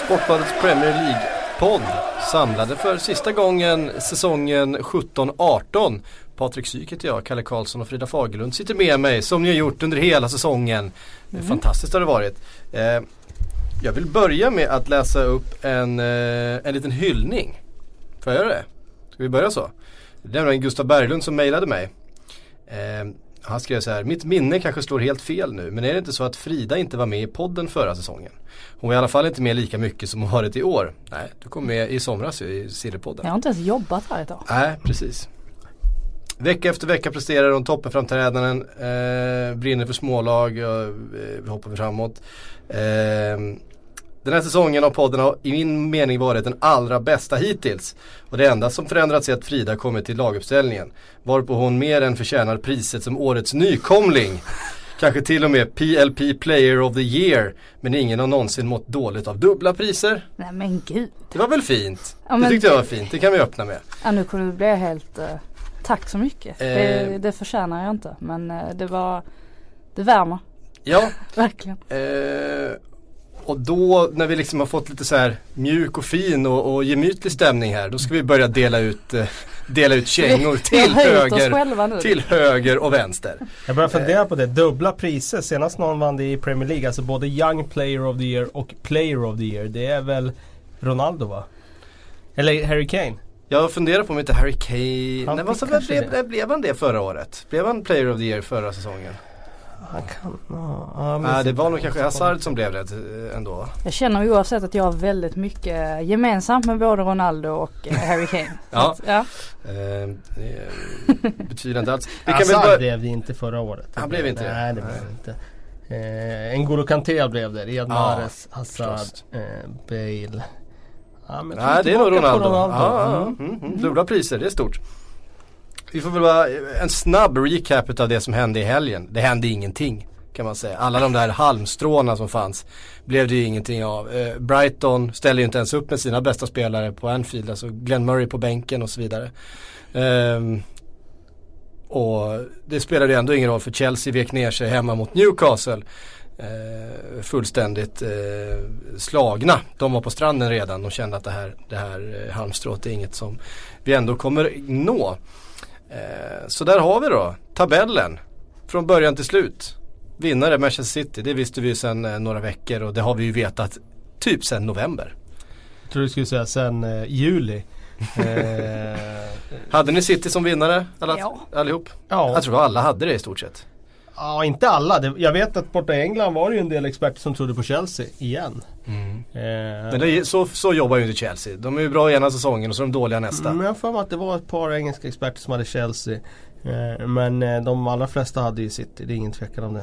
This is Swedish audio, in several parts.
Sportbladets Premier League-podd samlade för sista gången säsongen 17-18. Patrik Syk heter jag, Kalle Karlsson och Frida Fagerlund sitter med mig som ni har gjort under hela säsongen. Fantastiskt har det varit. Jag vill börja med att läsa upp en liten hyllning. Får jag göra det? Ska vi börja så? Det var Gustav Berglund som mejlade mig. Han skrev så här: mitt minne kanske slår helt fel nu, men är det inte så att Frida inte var med i podden förra säsongen? Hon var i alla fall inte med lika mycket som hon varit i år. Nej, du kom med i somras i Sillepodden. Jag har inte ens jobbat här idag. Nej, precis. Vecka efter vecka presterar hon toppenframträdanden, brinner för smålag och hoppar framåt. Den här säsongen av podden har i min mening varit den allra bästa hittills. Och det enda som förändrats är att Frida kommit till laguppställningen. Varpå hon mer än förtjänar priset som årets nykomling. Kanske till och med PLP Player of the Year. Men ingen har någonsin mått dåligt av dubbla priser. Nej men gud. Det var väl fint? Ja, det tyckte jag var fint, det kan vi öppna med. Ja, nu kunde det bli helt... tack så mycket. Det förtjänar jag inte. Men det värmer. Ja. Verkligen. Och då när vi liksom har fått lite så här mjuk och fin och gemytlig stämning här, då ska vi börja dela ut kängor till höger och vänster. Jag börjar fundera på det. Dubbla priser. Senast någon vann det i Premier League. Alltså både Young Player of the Year och Player of the Year. Det är väl Ronaldo, va? Eller Harry Kane. Jag funderar på om inte Harry Kane... Blev han det förra året? Blev han Player of the Year förra säsongen? Han kan... det var nog kanske Hazard som blev det ändå. Jag känner oavsett att jag har väldigt mycket gemensamt med både Ronaldo och Harry Kane. Ja. Betyder inte alls. Hazard blev det inte förra året. Han blev inte det? Nej, det blev inte. N'Golo Kanté blev det. Riyad Mahrez, Hazard, Bale... Nej, det är nog Ronaldo. Dubbla priser, det är stort. Vi får väl vara en snabb recap av det som hände i helgen. Det hände ingenting, kan man säga. Alla de där halmstråna som fanns blev det ju ingenting av. Brighton ställer ju inte ens upp med sina bästa spelare på Anfield. Alltså Glenn Murray på bänken och så vidare. Och det spelade ju ändå ingen roll, för Chelsea vek ner sig hemma mot Newcastle. Fullständigt slagna. De var på stranden redan och kände att det här halmstrået är inget som vi ändå kommer nå. Så där har vi då tabellen från början till slut. Vinnare Manchester City, det visste vi ju sedan några veckor, och det har vi ju vetat typ sedan november. Jag tror du skulle säga sedan juli. Hade ni City som vinnare allihop? Ja. Jag tror alla hade det i stort sett. Ja, inte alla. Jag vet att borta i England var det ju en del experter som trodde på Chelsea igen. Men så jobbar ju inte Chelsea. De är ju bra ena säsongen och så är de dåliga nästa. Men jag får mig att det var ett par engelska experter som hade Chelsea. Men de allra flesta hade ju City. Det är ingen tvekan om det.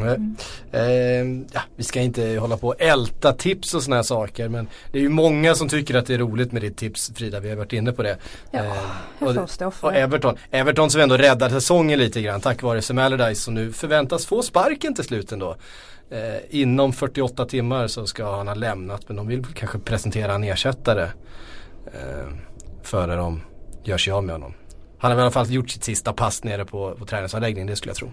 Vi ska inte hålla på och älta tips och såna här saker, men det är ju många som tycker att det är roligt med ditt tips, Frida. Vi har varit inne på det. Och Everton som ändå räddade säsongen lite grann tack vare Sam Allardyce, som nu förväntas få sparken till slut ändå. Inom 48 timmar så ska han ha lämnat, men de vill kanske presentera en ersättare före de gör sig av med honom. Han har i alla fall gjort sitt sista pass nere på träningsanläggningen, det skulle jag tro.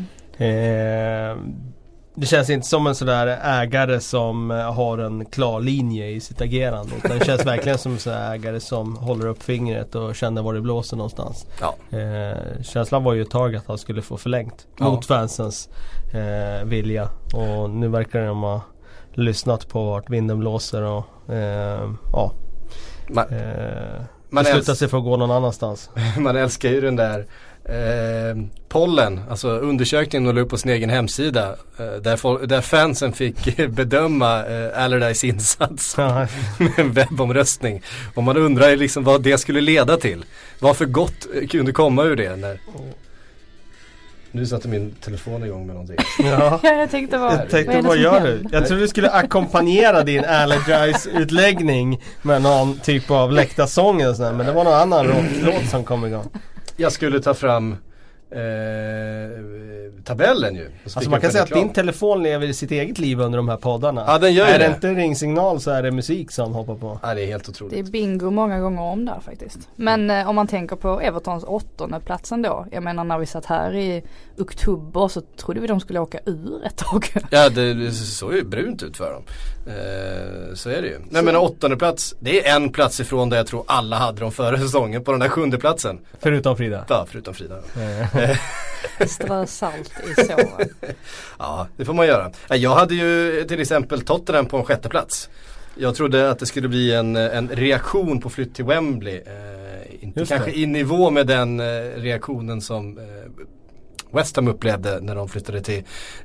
Det känns inte som en sådär ägare som har en klar linje i sitt agerande, utan det känns verkligen som en sådär ägare som håller upp fingret och känner var det blåser någonstans. Känslan var ju ett tag att han skulle få förlängt mot fansens vilja, och nu verkar de ha lyssnat på vart vinden blåser och beslutar sig för att gå någon annanstans. Man älskar ju den där pollen, alltså undersökningen, och la upp på sin egen hemsida där fansen fick bedöma Allardyce insats med en webbomröstning, och man undrar liksom vad det skulle leda till, vad för gott kunde komma ur det när... Nu satte min telefon igång med någonting. Ja, jag tänkte vad gör du? Jag tror du skulle ackompanjera din Allardyce-utläggning med någon typ av läktarsång eller sådär, men det var någon annan låt som kom igång. Jag skulle ta fram tabellen ju. Alltså man kan säga att din telefon lever i sitt eget liv under de här poddarna. Ja, den gör är det inte ringsignal så är det musik som hoppar på. Ja, det är helt otroligt. Det är bingo många gånger om där faktiskt. Men om man tänker på Evertons 8:e platsen då. Jag menar när vi satt här i oktober så trodde vi de skulle åka ur ett tag. Ja, det såg ju brunt ut för dem. Så är det ju. Nej, men 8:e plats, det är en plats ifrån där jag tror alla hade dem före säsongen på den där 7:e platsen. Förutom Frida. Ja, förutom Frida. Strö salt i såren. Ja, det får man göra. Jag hade ju till exempel Tottenham på en 6:e plats. Jag trodde att det skulle bli en reaktion på flytt till Wembley. Inte kanske i nivå med den reaktionen som West Ham upplevde när de flyttade till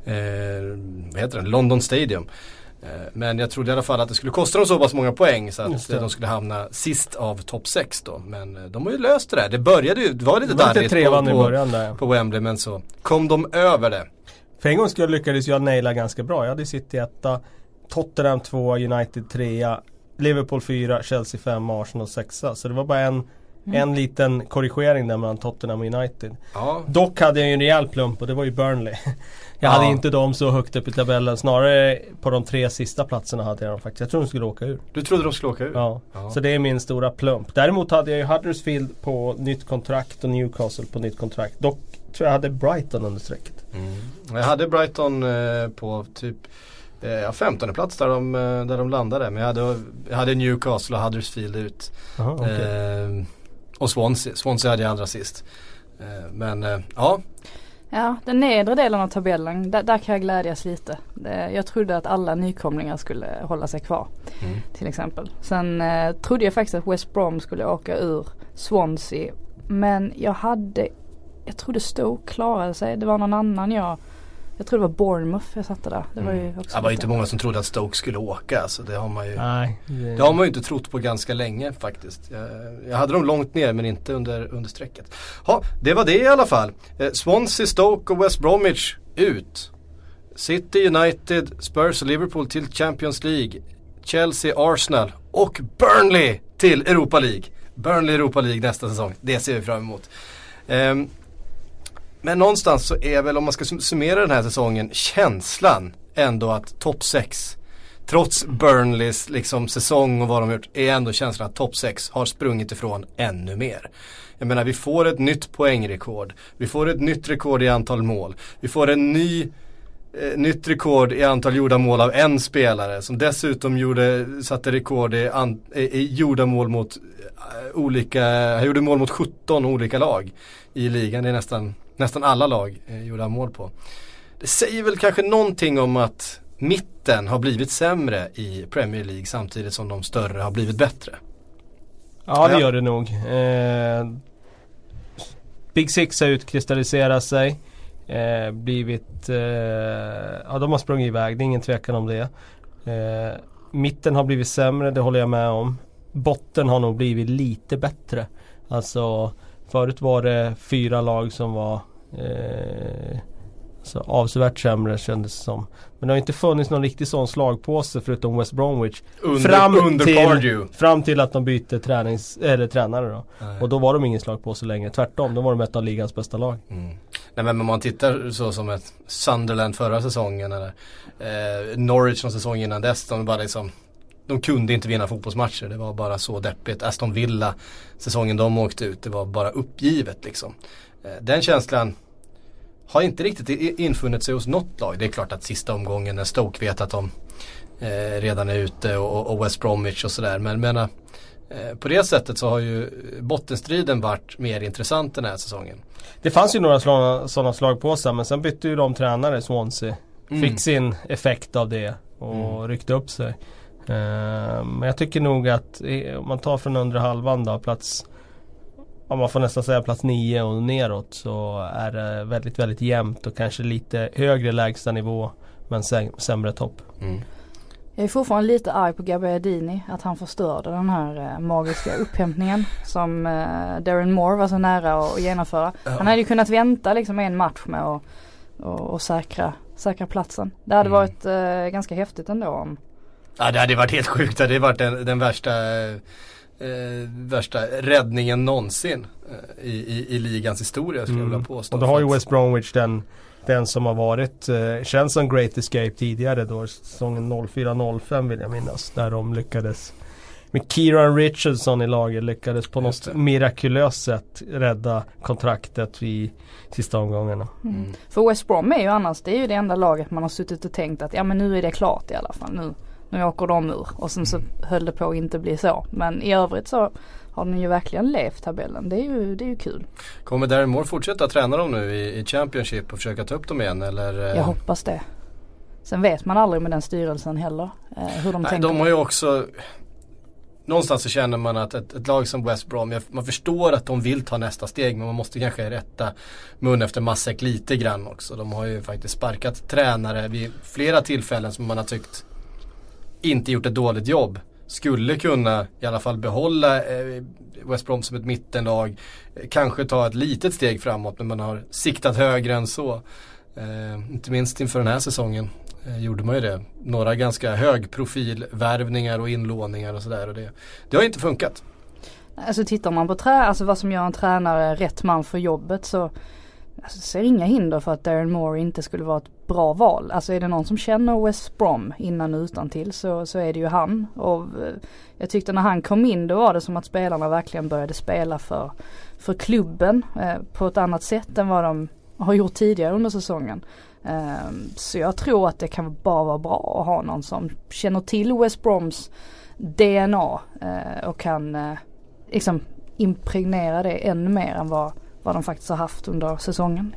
London Stadium. Men jag trodde i alla fall att det skulle kosta dem så pass många poäng så att de skulle hamna sist av topp 6 då. Men de har ju löst det där. Det började ju, det var lite darrigt på Wembley, men så kom de över det. För en gång skulle lyckades jag naila ganska bra. Jag hade City 1, Tottenham 2, United 3, Liverpool 4, Chelsea 5, Arsenal 6. Så det var bara en liten korrigering där mellan Tottenham och United. Ja. Dock hade jag ju en rejäl plump och det var ju Burnley. Jag hade inte dem så högt upp i tabellen. Snarare på de 3 sista platserna hade jag dem faktiskt. Jag tror de skulle åka ur. Du trodde de skulle åka ur? Ja. Så det är min stora plump. Däremot hade jag ju Huddersfield på nytt kontrakt och Newcastle på nytt kontrakt. Dock tror jag hade Brighton under strecket. Jag hade Brighton på typ 15:e plats där de landade. Men jag hade Newcastle och Huddersfield ut. Aha, okay. Och Swansea hade jag allra sist. Men ja. Ja, den nedre delen av tabellen, där kan jag glädjas lite. Jag trodde att alla nykomlingar skulle hålla sig kvar, till exempel. Sen trodde jag faktiskt att West Brom skulle åka ur Swansea. Men jag trodde Stoke klarade sig. Det var någon annan jag tror det var Bournemouth jag satte där. Det var ju också det var inte många som trodde att Stoke skulle åka. Så det har man ju det har man ju inte trott på ganska länge faktiskt. Jag hade dem långt ner men inte under strecket. Ja, det var det i alla fall. Swansea, Stoke och West Bromwich ut. City, United, Spurs och Liverpool till Champions League. Chelsea, Arsenal och Burnley till Europa League. Burnley Europa League nästa säsong. Det ser vi fram emot. Men någonstans så är väl, om man ska summera den här säsongen, känslan ändå att topp 6, trots Burnleys liksom säsong och vad de gjort, är ändå känslan att topp 6 har sprungit ifrån ännu mer. Jag menar, vi får ett nytt poängrekord. Vi får ett nytt rekord i antal mål. Vi får en nytt rekord i antal gjorda mål av en spelare som dessutom satte rekord i gjorda mål mot han gjorde mål mot 17 olika lag i ligan. Det är nästan alla lag gjorde mål på. Det säger väl kanske någonting om att mitten har blivit sämre i Premier League samtidigt som de större har blivit bättre. Ja, det gör det nog. Big Six har utkristalliserat sig. De har sprungit iväg, det är ingen tvekan om det. Mitten har blivit sämre, det håller jag med om. Botten har nog blivit lite bättre. Alltså förut var det 4 lag som var så avsevärt sämre, kändes det som. Men det har inte funnits någon riktig sån slagpåse förutom West Bromwich fram till att de bytte tränare då. Och då var de ingen slagpåse längre. Tvärtom, då var de ett av ligans bästa lag. Nej, men om man tittar så som ett Sunderland förra säsongen eller Norwich någon säsong innan dess, de kunde inte vinna fotbollsmatcher. Det var bara så deppigt. Aston Villa, säsongen de åkte ut, det var bara uppgivet liksom. Den känslan har inte riktigt infunnit sig hos något lag. Det är klart att sista omgången när Stoke vet att de redan är ute och West Bromwich och sådär. Men på det sättet så har ju bottenstriden varit mer intressant den här säsongen. Det fanns ju några sådana slagpåsar, men sen bytte ju de tränare, Swansea. Fick sin effekt av det och ryckte upp sig. Men jag tycker nog att om man tar från undre halvan då, man får nästan säga plats 9 och neråt, så är det väldigt, väldigt jämnt och kanske lite högre lägsta nivå men sämre topp. Jag är fortfarande lite arg på Gabbiadini att han förstörde den här magiska upphämtningen som Darren Moore var så nära att genomföra. Han hade ju kunnat vänta liksom en match med att säkra platsen. Det hade varit ganska häftigt ändå om. Ja, det hade varit helt sjukt. Det hade varit den värsta värsta räddningen någonsin i ligans historia skulle jag vilja påstå. Och då har ju West Bromwich den som har varit känns som Great Escape tidigare då, säsongen 04-05 vill jag minnas, där de lyckades med Kieran Richardson i laget, lyckades på något mirakulöst sätt rädda kontraktet i sista omgångarna. För West Brom är ju annars, det är ju det enda laget man har suttit och tänkt att ja men nu är det klart i alla fall, nu åker de ur, och sen så höll det på att inte bli så, men i övrigt så har den ju verkligen levt tabellen. Det är ju kul. Kommer Darren Moore fortsätta träna dem nu i Championship och försöka ta upp dem igen? Eller? Jag hoppas det. Sen vet man aldrig med den styrelsen heller hur de tänker. De har ju också, någonstans så känner man att ett lag som West Brom, man förstår att de vill ta nästa steg, men man måste kanske rätta mun efter matsäck lite grann också. De har ju faktiskt sparkat tränare vid flera tillfällen som man har tyckt inte gjort ett dåligt jobb. Skulle kunna i alla fall behålla West Brom som ett mittenlag, kanske ta ett litet steg framåt, men man har siktat högre än så. Inte minst inför den här säsongen gjorde man ju det. Några ganska högprofilvärvningar och inlåningar och sådär, och det har inte funkat. Alltså tittar man på alltså vad som gör en tränare rätt man för jobbet, så ser inga hinder för att Darren Moore inte skulle vara ett bra val. Alltså är det någon som känner West Brom innan och utan till så är det ju han. Och jag tyckte när han kom in, då var det som att spelarna verkligen började spela för klubben på ett annat sätt än vad de har gjort tidigare under säsongen. Så jag tror att det kan bara vara bra att ha någon som känner till West Broms DNA och kan liksom impregnera det ännu mer än vad de faktiskt har haft under säsongen.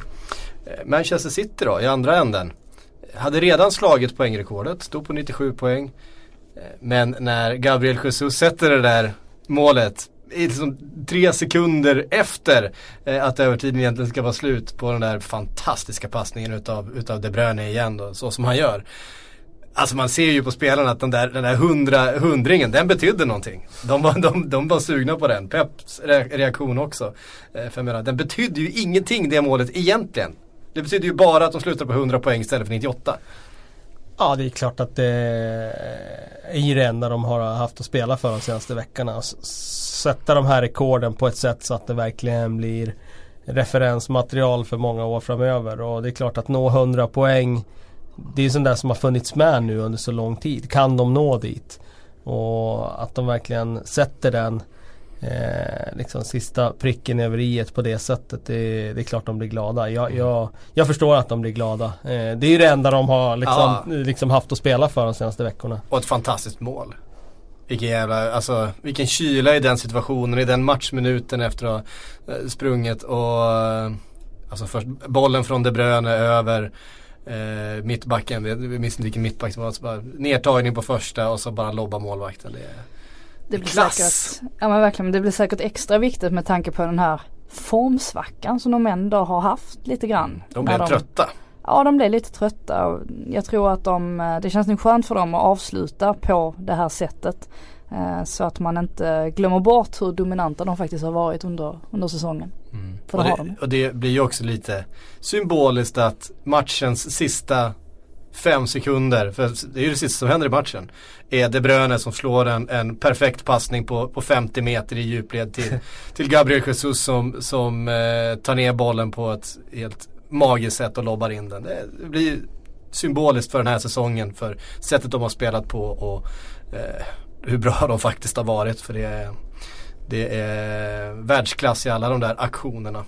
Manchester City då, i andra änden, hade redan slagit poängrekordet, stod på 97 poäng, men när Gabriel Jesus sätter det där målet liksom 3 sekunder efter att övertiden egentligen ska vara slut på den där fantastiska passningen utav De Bruyne igen då, så som han gör. Alltså man ser ju på spelarna att den där hundringen, den betydde någonting. De var sugna på den. Peps reaktion också. För jag menar, den betydde ju ingenting, det målet egentligen. Det betyder ju bara att de slutar på 100 poäng istället för 98. Ja, det är klart att det är ju det enda de har haft att spela för de senaste veckorna. Sätta de här rekorden på ett sätt så att det verkligen blir referensmaterial för många år framöver. Och det är klart att nå 100 poäng, det är ju sånt där som har funnits med nu under så lång tid. Kan de nå dit? Och att de verkligen sätter den liksom sista pricken över i-et på det sättet, det är klart de blir glada. Jag förstår att de blir glada. Det är ju det enda de har liksom haft att spela för de senaste veckorna. Och ett fantastiskt mål. Vilken kyla i den situationen, i den matchminuten efter att ha sprungit och alltså först bollen från De Bruyne över mittbacken, vi minns inte vilken mittback som var, så bara nedtagning på första och så bara lobba målvakten. Det blir säkert, ja men verkligen, det blir säkert extra viktigt med tanke på den här formsvackan som de ändå har haft lite grann. De blev trötta. Ja, de blev lite trötta, och jag tror att det känns nog skönt för dem att avsluta på det här sättet, så att man inte glömmer bort hur dominanta de faktiskt har varit under säsongen. Och det blir ju också lite symboliskt att matchens sista 5 sekunder, för det är ju det sista som händer i matchen, är De Bruyne som slår en perfekt passning på 50 meter i djupled till Gabriel Jesus som tar ner bollen på ett helt magiskt sätt och lobbar in den. Det blir symboliskt för den här säsongen, för sättet de har spelat på och hur bra de faktiskt har varit, för det är världsklass i alla de där aktionerna.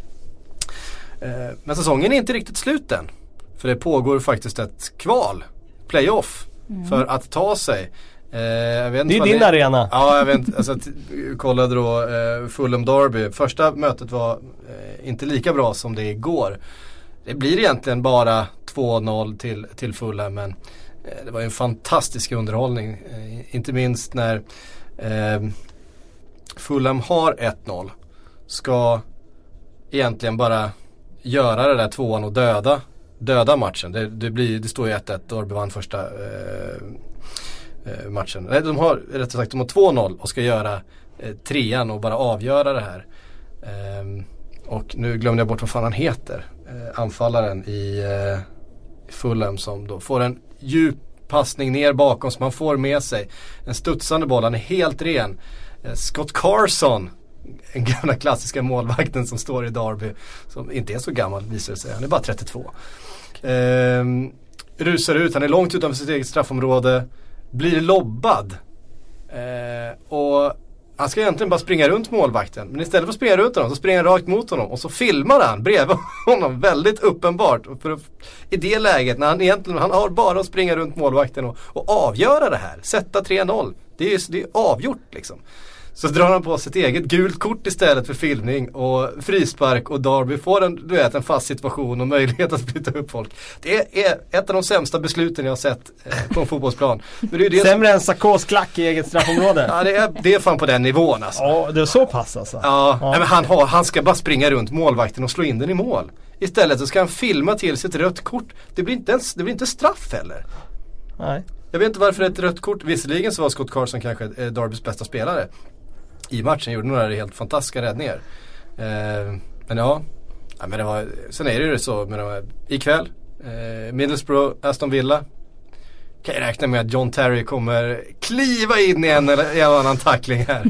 Men säsongen är inte riktigt slut än. För det pågår faktiskt ett playoff för att ta sig. Jag vet inte, det är din arena. Ja, jag vet inte. Alltså, kollade då Fulham Derby. Första mötet var inte lika bra som det igår. Det blir egentligen bara 2-0 till Fulham, men det var en fantastisk underhållning. Inte minst när Fulham har 1-0. Ska egentligen bara göra det där 2-an och döda matchen. Det står ju 1-1, Derby vann första matchen. Nej, de har 2-0 och ska göra 3-an och bara avgöra det här. Och nu glömde jag bort vad fan han heter. Anfallaren i Fulham som då får en djup passning ner bakom som han får med sig. En studsande boll, han är helt ren. Scott Carson, en gamla klassiska målvakten som står i Derby, som inte är så gammal visar det sig, han är bara 32. Rusar ut, han är långt utanför sitt eget straffområde, blir lobbad och han ska egentligen bara springa runt målvakten, men istället för att springa runt honom så springer han rakt mot honom och så filmar han bredvid honom väldigt uppenbart i det läget när han har bara att springa runt målvakten och avgöra det här, sätta 3-0, det är avgjort liksom. Så drar han på sitt eget gult kort istället för filmning och frispark, och Derby får en fast situation och möjlighet att flytta upp folk. Det är ett av de sämsta besluten jag har sett på en fotbollsplan. Men det är det sämre än Sarkos klack i eget straffområde. Ja, det är fan på den nivån alltså. Ja, det är så pass alltså. Ja. Men han ska bara springa runt målvakten och slå in den i mål. Istället så ska han filma till sitt rött kort. Det blir inte straff heller. Nej. Jag vet inte varför ett rött kort. Visserligen så var Scott Carson kanske Derbys bästa spelare i matchen, gjorde några helt fantastiska räddningar. Men men det var, sen är det ju så med ikväll Middlesbrough, Aston Villa, kan jag räkna med att John Terry kommer kliva in i en eller annan tackling här.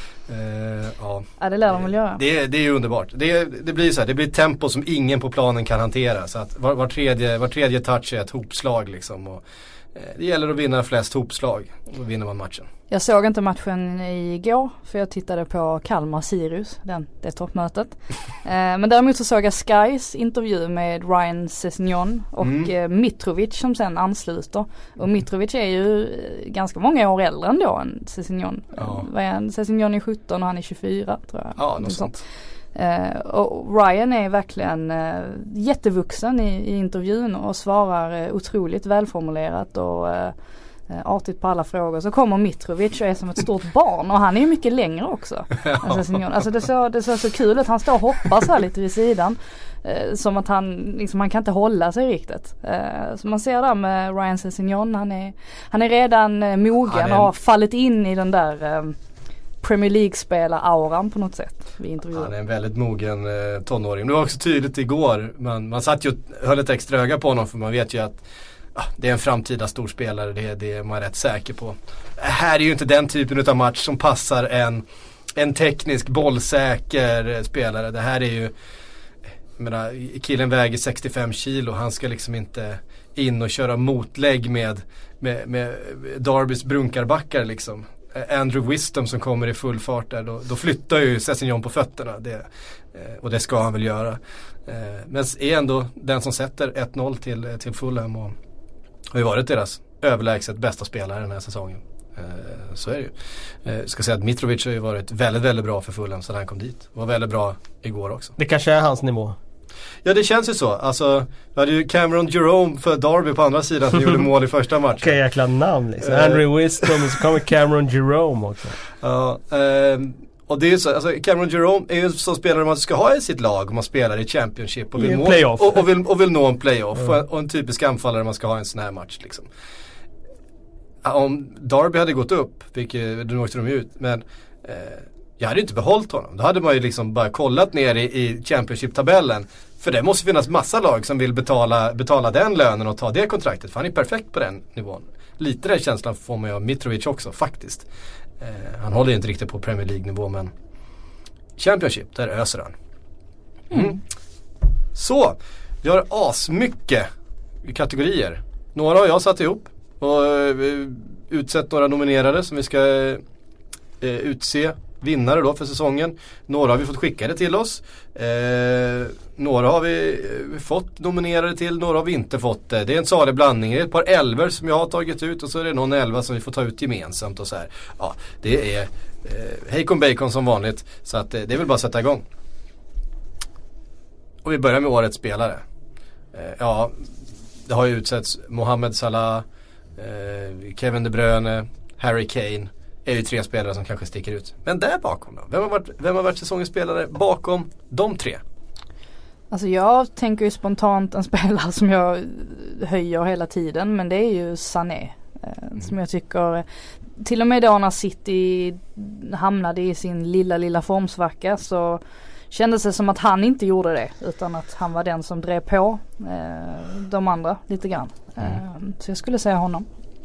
Ja, det lär de väl göra. Det är ju underbart. Det blir så här, det blir tempo som ingen på planen kan hantera, så att var tredje touch är ett hopslag liksom, och det gäller att vinna flest hopslag, och då vinner man matchen. Jag såg inte matchen igår för jag tittade på Kalmar-Sirius, det toppmötet. Men däremot så såg jag Skys intervju med Ryan Sessegnon och Mitrovic som sen ansluter. Och Mitrovic är ju ganska många år äldre ändå än Sessegnon. Ja. Sessegnon är 17 och han är 24 tror jag. Ja, något sånt. Och Ryan är verkligen jättevuxen i intervjun och svarar otroligt välformulerat och artigt på alla frågor. Så kommer Mitrovic och är som ett stort barn, och han är ju mycket längre också. Alltså det såg så kul att han står och hoppar så här lite vid sidan, som att han kan inte hålla sig riktigt. Så man ser där med Ryan Sessegnon, han är redan mogen och har fallit in i den där Premier League-spelar-auran på något sätt. Han är en väldigt mogen tonåring. Det var också tydligt igår. Man satt ju och höll ett extra öga på honom, för man vet ju att det är en framtida storspelare. Det är man rätt säker på. Här är ju inte den typen av match som passar en teknisk bollsäker spelare. Det här är ju, jag menar, killen väger 65 kilo. Han ska liksom inte in och köra motlägg med Derbys brunkarbackar liksom. Andrew Wisdom som kommer i full fart där, då flyttar ju Sessegnon på fötterna, och det ska han väl göra, men är ändå den som sätter 1-0 till Fulham och har ju varit deras överlägset bästa spelare den här säsongen. Så är det ju. Ska säga att Mitrovic har ju varit väldigt, väldigt bra för Fulham sedan han kom dit. Var väldigt bra igår också. Det kanske är hans nivå. Ja, det känns ju så. Alltså, vi hade ju Cameron Jerome för Derby på andra sidan som gjorde mål i första matchen. Vilka jäkla namn liksom. Andrew Wisdom och så kommer Cameron Jerome också. Ja, och det är ju så, alltså Cameron Jerome är ju en sån spelare man ska ha i sitt lag om man spelar i Championship och vill nå en playoff, och en typisk anfallare man ska ha i en sån här match liksom. Om Derby hade gått upp, vilket nu åkte de ut, men jag hade inte behållit honom. Då hade man ju liksom bara kollat ner i Championship-tabellen. För det måste finnas massa lag som vill betala den lönen och ta det kontraktet. För han är perfekt på den nivån. Lite den känslan får man ju av Mitrovic också faktiskt. Han håller ju inte riktigt på Premier League-nivå, men Championship, där öser han. Så, vi har asmycket kategorier. Några har jag satt ihop och utsett några nominerade som vi ska utse vinnare då för säsongen. Några har vi fått skickade till oss. Några har vi fått nominerade till, några har vi inte fått det. Det är en salig blandning. Det är ett par 11 som jag har tagit ut, och så är det någon 11 som vi får ta ut gemensamt och så här. Ja, det är Heikon Bacon som vanligt, så att det är väl bara att sätta igång. Och vi börjar med årets spelare. Ja, det har ju utsetts Mohamed Salah, Kevin De Bruyne, Harry Kane. Är ju 3 spelare som kanske sticker ut. Men där bakom då? Vem har varit säsongens spelare bakom de 3? Alltså jag tänker ju spontant en spelare som jag höjer hela tiden, men det är ju Sané. Som jag tycker, till och med då när City hamnade i sin lilla formsvacka, så kändes det som att han inte gjorde det, utan att han var den som drev på de andra lite grann. Så jag skulle säga honom.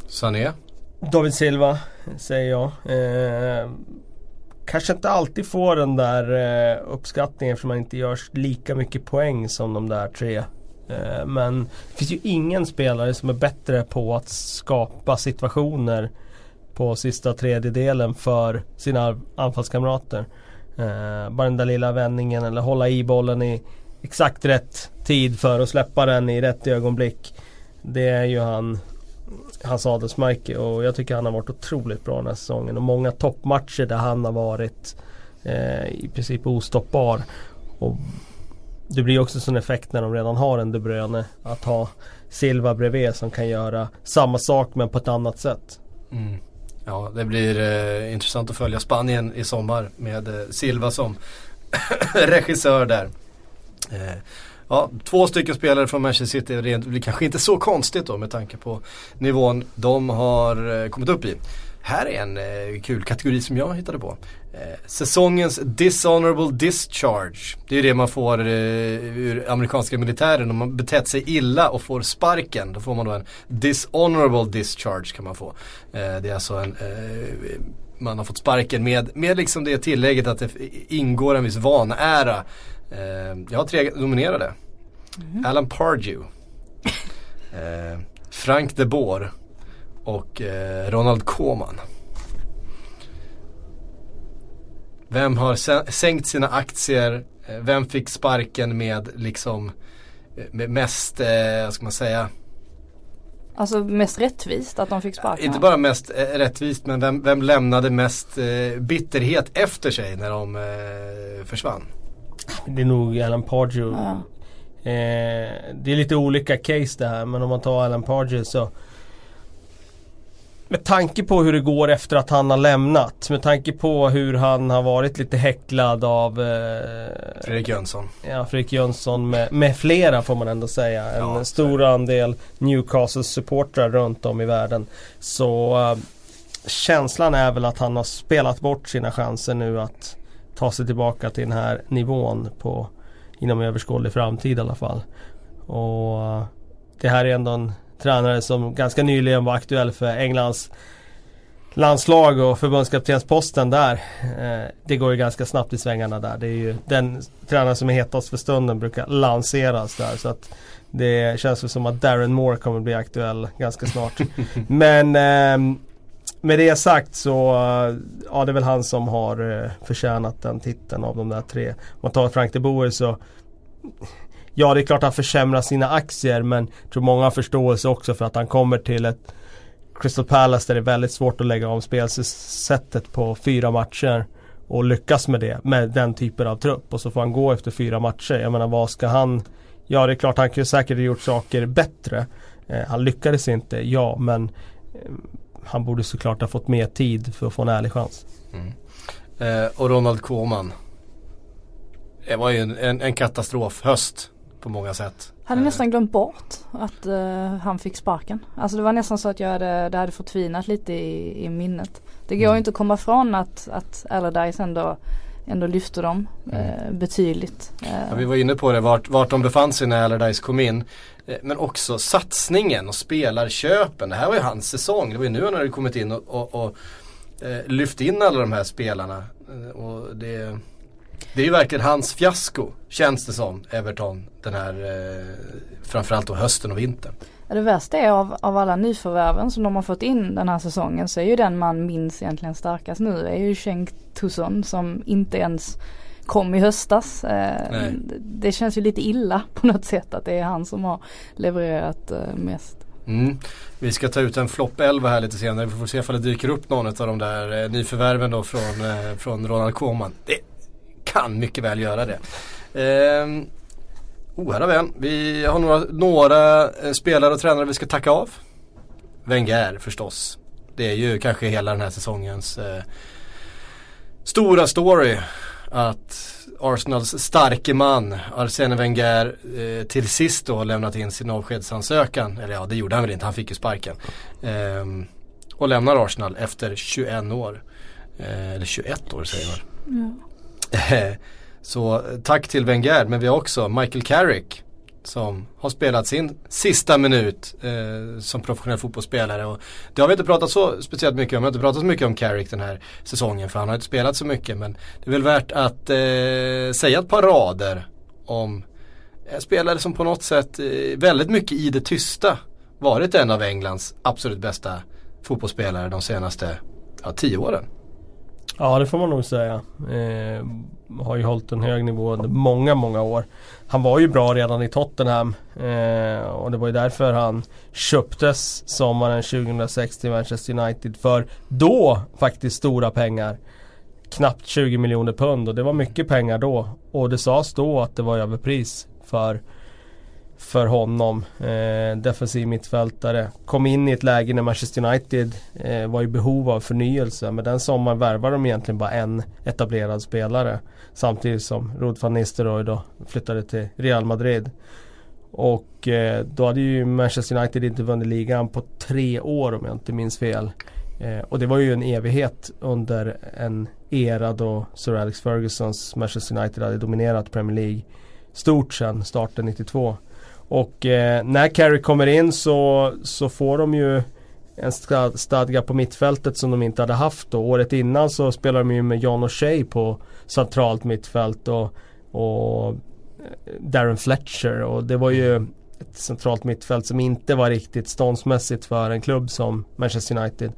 Sané? David Silva säger jag. Kanske inte alltid får den där uppskattningen eftersom man inte gör lika mycket poäng som de där 3. Men det finns ju ingen spelare som är bättre på att skapa situationer på sista tredjedelen för sina anfallskamrater. Bara den där lilla vändningen eller hålla i bollen i exakt rätt tid för att släppa den i rätt ögonblick. Det är ju hans adelsmärke, och jag tycker han har varit otroligt bra den här säsongen, och många toppmatcher där han har varit i princip ostoppbar. Och det blir också sån effekt när de redan har en De Bruyne att ha Silva bredvid som kan göra samma sak men på ett annat sätt. Ja, det blir intressant att följa Spanien i sommar med Silva som regissör där. Ja, 2 stycken spelare från Manchester City, det blir kanske inte så konstigt då med tanke på nivån de har kommit upp i. Här är en kul kategori som jag hittade på. Säsongens dishonorable discharge. Det är det man får ur amerikanska militären. Om man betett sig illa och får sparken, då får man då en dishonorable discharge kan man få. Det är alltså man har fått sparken med liksom det tillägget att det ingår en viss vanära. Jag har 3 nominerade. Alan Pardew, Frank de Boer och Ronald Koeman. Vem har sänkt sina aktier? Vem fick sparken med liksom med mest, vad ska man säga? Alltså mest rättvist att de fick sparken? Inte bara mest rättvist, men vem lämnade mest bitterhet efter sig när de försvann? Det är nog Alan Pardew. Ja. Det är lite olika case det här, men om man tar Alan Pardew så, med tanke på hur det går efter att han har lämnat, med tanke på hur han har varit lite häcklad av Fredrik Jönsson. Ja, Fredrik Jönsson med flera får man ändå säga. En stor andel Newcastles supportrar runt om i världen. Så känslan är väl att han har spelat bort sina chanser nu att ta sig tillbaka till den här nivån inom överskådlig framtid i alla fall. Och det här är ändå en tränare som ganska nyligen var aktuell för Englands landslag och förbundskaptensposten där. Det går ju ganska snabbt i svängarna där. Det är ju den tränare som är hetast för stunden brukar lanseras där, så att det känns väl som att Darren Moore kommer bli aktuell ganska snart. Men med det sagt så ja, det är väl han som har förtjänat den titeln av de där 3. Om man tar Frank de Boer så ja, det är klart att han försämrar sina aktier, men jag tror många har förståelse också för att han kommer till ett Crystal Palace där det är väldigt svårt att lägga om spelsättet på 4 matcher och lyckas med det, med den typen av trupp, och så får han gå efter 4 matcher. Jag menar, vad ska han? Ja, det är klart han kan säkert ha gjort saker bättre. Han lyckades inte, ja, men han borde såklart ha fått mer tid för att få en ärlig chans. Och Ronald Koeman, det var ju en katastrofhöst på många sätt. Jag hade nästan glömt bort att han fick sparken. Alltså det var nästan så att det hade förtvinat lite i minnet. Det går ju inte att komma från att Allardyce ändå lyfte dem betydligt. Ja, vi var inne på det, vart de befann sig när Allardyce kom in. Men också satsningen och spelarköpen. Det här var ju hans säsong. Det var ju nu han hade kommit in och lyft in alla de här spelarna. Och det är ju verkligen hans fiasko, känns det som, Everton, den här framförallt då hösten och vintern. Ja, det värsta är av alla nyförvärven som de har fått in den här säsongen, så är ju den man minns egentligen starkast nu är ju Cenk Tosun, som inte ens kom i höstas. Det känns ju lite illa på något sätt att det är han som har levererat mest. Vi ska ta ut en flopp 11 här lite senare. Vi får se om det dyker upp någon av de där nyförvärven då från Ronald Koeman. Det kan mycket väl göra det. Herra vän, vi har några spelare och tränare vi ska tacka av. Wenger förstås. Det är ju kanske hela den här säsongens stora story att Arsenals starke man Arsene Wenger till sist då har lämnat in sin avskedsansökan. Eller ja, det gjorde han väl inte, han fick ju sparken. Och lämnar Arsenal efter 21 år. Eller 21 år säger man. Ja. Så tack till Wenger, men vi har också Michael Carrick som har spelat sin sista minut som professionell fotbollsspelare. Och det har vi inte pratat så speciellt mycket om. Vi har inte pratat så mycket om Carrick den här säsongen, för han har inte spelat så mycket. Men det är väl värt att säga ett par rader om spelare som på något sätt väldigt mycket i det tysta varit en av Englands absolut bästa fotbollsspelare de senaste 10 åren. Ja, det får man nog säga. Har ju hållit en hög nivå under många, många år. Han var ju bra redan i Tottenham och det var ju därför han köptes sommaren 2006 till Manchester United för då faktiskt stora pengar. Knappt 20 miljoner pund, och det var mycket pengar då. Och det sades då att det var överpris för honom. Defensiv mittfältare. Kom in i ett läge när Manchester United var i behov av förnyelse. Men den sommaren värvade de egentligen bara en etablerad spelare. Samtidigt som Ruud van Nistelrooy då flyttade till Real Madrid. Och då hade ju Manchester United inte vunnit ligan på 3 år om jag inte minns fel. Och det var ju en evighet under en era då Sir Alex Fergusons Manchester United hade dominerat Premier League stort sedan starten 92. Och när Carrick kommer in så får de ju en stadga på mittfältet som de inte hade haft då. Året innan så spelade de ju med John O'Shea på centralt mittfält och Darren Fletcher, och det var ju ett centralt mittfält som inte var riktigt ståndsmässigt för en klubb som Manchester United.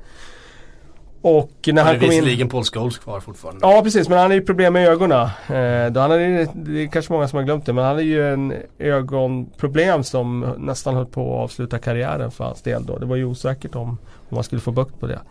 Och när han kom in... Det är Paul Scholes kvar fortfarande. Ja, precis, men han hade ju problem med ögonen. Det är kanske många som har glömt det, men han hade ju en ögonproblem som nästan höll på att avsluta karriären för hans del då. Det var ju osäkert om man skulle få bukt på det.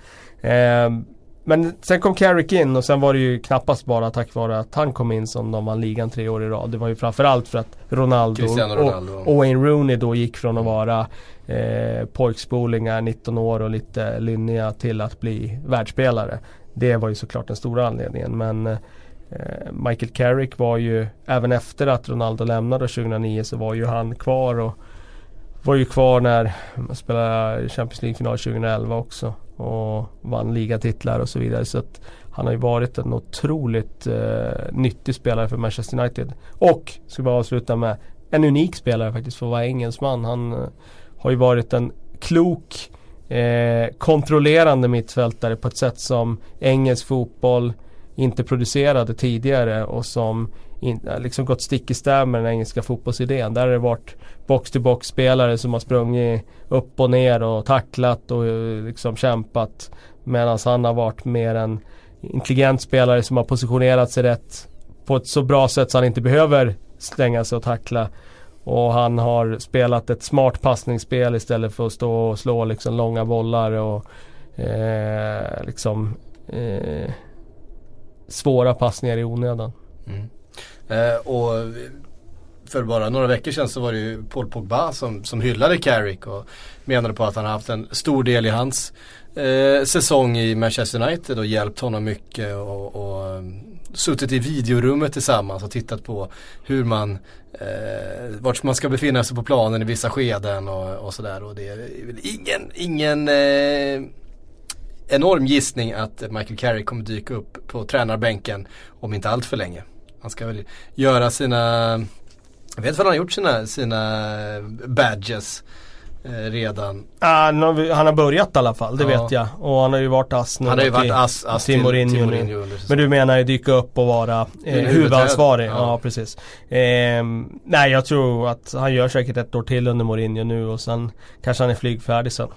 Men sen kom Carrick in, och sen var det ju knappast bara tack vare att han kom in som de vann ligan 3 år i rad. Det var ju framförallt för att Ronaldo och Wayne Rooney då gick från att vara pojkspolingar 19 år och lite lynniga till att bli världsspelare. Det var ju såklart den stora anledningen, men Michael Carrick var ju, även efter att Ronaldo lämnade 2009, så var ju han kvar, och var ju kvar när man spelade Champions League-final 2011 också och vann ligatitlar och så vidare. Så att han har ju varit en otroligt nyttig spelare för Manchester United. Och ska bara avsluta med en unik spelare faktiskt för att vara engelsman. Han har ju varit en klok, kontrollerande mittfältare på ett sätt som engelsk fotboll inte producerade tidigare, och som liksom gått stick i stäv med den engelska fotbollsidén. Där har det varit box-to-box-spelare som har sprungit upp och ner och tacklat och liksom kämpat, medan han har varit mer en intelligent spelare som har positionerat sig rätt på ett så bra sätt så han inte behöver stänga sig och tackla. Och han har spelat ett smart passningsspel istället för att stå och slå liksom långa bollar och svåra passningar i onödan. Och för bara några veckor sedan så var det ju Paul Pogba som hyllade Carrick och menade på att han har haft en stor del i hans säsong i Manchester United och hjälpt honom mycket och suttit i videorummet tillsammans och tittat på hur man vart man ska befinna sig på planen i vissa skeden och sådär, och det är väl ingen enorm gissning att Michael Carrick kommer dyka upp på tränarbänken om inte allt för länge. Han ska väl göra jag vet vad han har gjort sina badges redan. Han har börjat i alla fall, det vet jag. Och han har ju varit ass nu. Han har ju varit ass till Mourinho. Men du menar ju dyka upp och vara huvudansvarig. Ja, precis. Nej, jag tror att han gör säkert 1 år till under Mourinho nu, och sen kanske han är flygfärdig sen.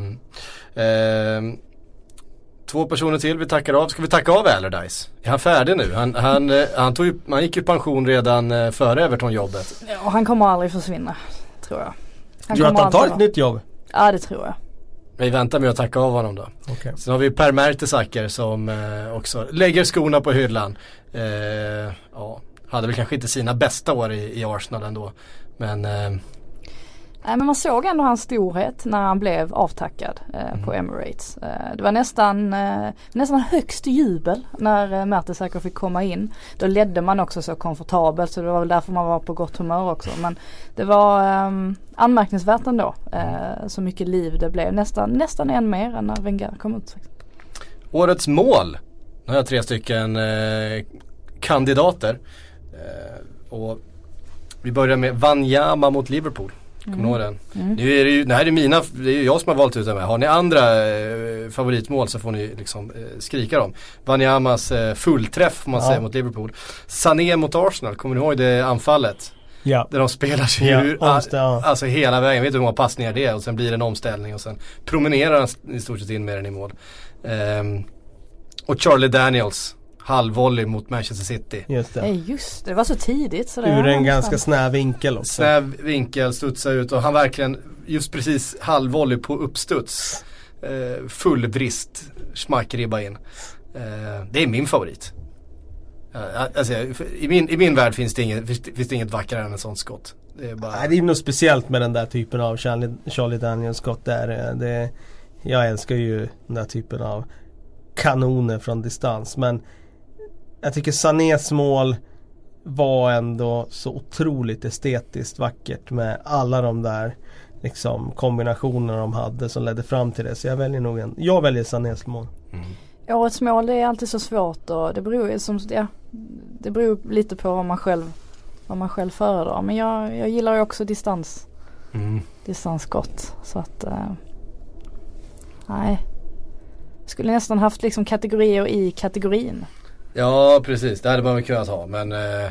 2 personer till vi tackar av. Ska vi tacka av Allardyce? Är han färdig nu? Han gick ju pension redan före Everton-jobbet. Ja, han kommer aldrig försvinna, tror jag. Tror du att han tar ett nytt jobb? Ja, det tror jag. Vi väntar med att tacka av honom då. Okay. Sen har vi Per Mertesacker som också lägger skorna på hyllan. Hade väl kanske inte sina bästa år i Arsenal ändå. Men men man såg ändå hans storhet när han blev avtackad på Emirates. Det var nästan högst jubel när Mertesacker fick komma in. Då ledde man också så komfortabelt, så det var väl därför man var på gott humör också. Men det var anmärkningsvärt ändå. Så mycket liv det blev. Nästan en mer än när Wenger kom ut. Årets mål. Nu har jag 3 stycken kandidater. Och Vi börjar med Wanyama mot Liverpool. Kommer du ihåg den? Nu är det ju, det är ju jag som har valt ut den här. Har ni andra favoritmål så får ni liksom skrika dem. Wanyamas fullträff får man säga mot Liverpool. Sané mot Arsenal, kommer ni ihåg det anfallet? Ja. Där de spelar sig alltså hela vägen, vet du hur många passningar det är och sen blir det en omställning och sen promenerar han i stort sett in med den i mål. Och Charlie Daniels halvvolley mot Manchester City. Just det, var så tidigt så ur en ganska snäv vinkel också. Snäv vinkel, studsar ut och han verkligen just precis halvvolley på uppstuds. Full brist, smarkribba in. Det är min favorit. Alltså, i min värld finns det inget vackrare än en sån skott. Det är bara... Nej, det är något speciellt med den där typen av Charlie Daniels skott där. Jag älskar ju den där typen av kanoner från distans, men jag tycker Sanés mål var ändå så otroligt estetiskt vackert med alla de där liksom kombinationer de hade som ledde fram till det. Så jag väljer Sanés mål. Årets mål, det är alltid så svårt och det beror lite på vad man själv föredrar. Men jag gillar ju också distansskott. Så att nej. Skulle nästan haft liksom kategorier i kategorin. Ja, precis. Det hade man väl kunnat ha. Men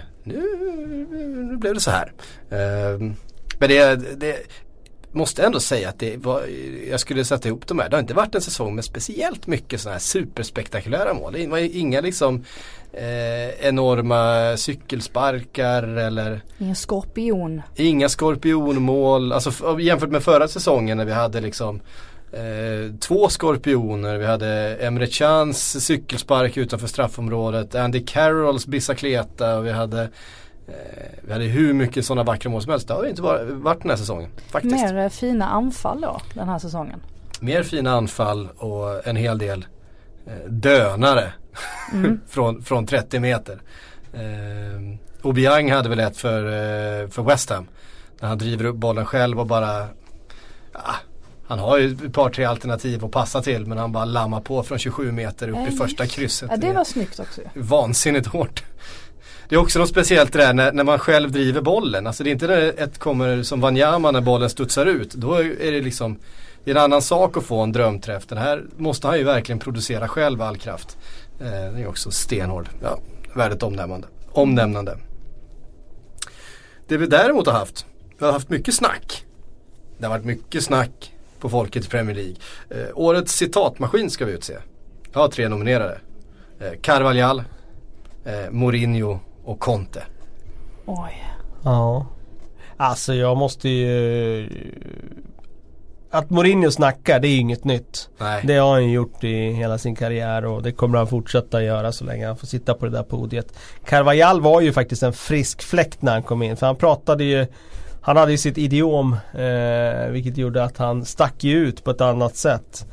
nu blev det så här. Men det måste ändå säga att jag skulle sätta ihop de här. Det har inte varit en säsong med speciellt mycket sådana här superspektakulära mål. Det var inga liksom enorma cykelsparkar eller... Inga skorpionmål. Alltså jämfört med förra säsongen när vi hade liksom 2 skorpioner. Vi hade Emre Cans cykelspark utanför straffområdet. Andy Carrolls bicicleta och vi hade hur mycket sådana vackra mål som helst. Det har inte varit den här säsongen faktiskt. Mer fina anfall då den här säsongen. Mer fina anfall och en hel del dönare från 30 meter. Obiang hade väl ett för West Ham. När han driver upp bollen själv och bara han har ju ett par 3 alternativ att passa till, men han bara lammar på från 27 meter upp i första krysset. Ja, det var snyggt också. Vansinnigt hårt. Det är också något speciellt det där när man själv driver bollen. Alltså det är inte när ett kommer som Wanyama när bollen studsar ut. Då är det liksom, det är en annan sak att få en drömträff. Den här måste han ju verkligen producera själv all kraft. Det är också stenhård. Ja, värdet omnämnande. Det vi däremot har haft mycket snack. Det har varit mycket snack på folket i Premier League. Årets citatmaskin ska vi utse. Jag har 3 nominerade. Carvajal, Mourinho och Conte. Oj. Ja. Alltså jag måste ju... Att Mourinho snackar, det är ju inget nytt. Nej. Det har han gjort i hela sin karriär och det kommer han fortsätta göra så länge han får sitta på det där podiet. Carvajal var ju faktiskt en frisk fläkt när han kom in. För han hade ju sitt idiom vilket gjorde att han stack ut på ett annat sätt.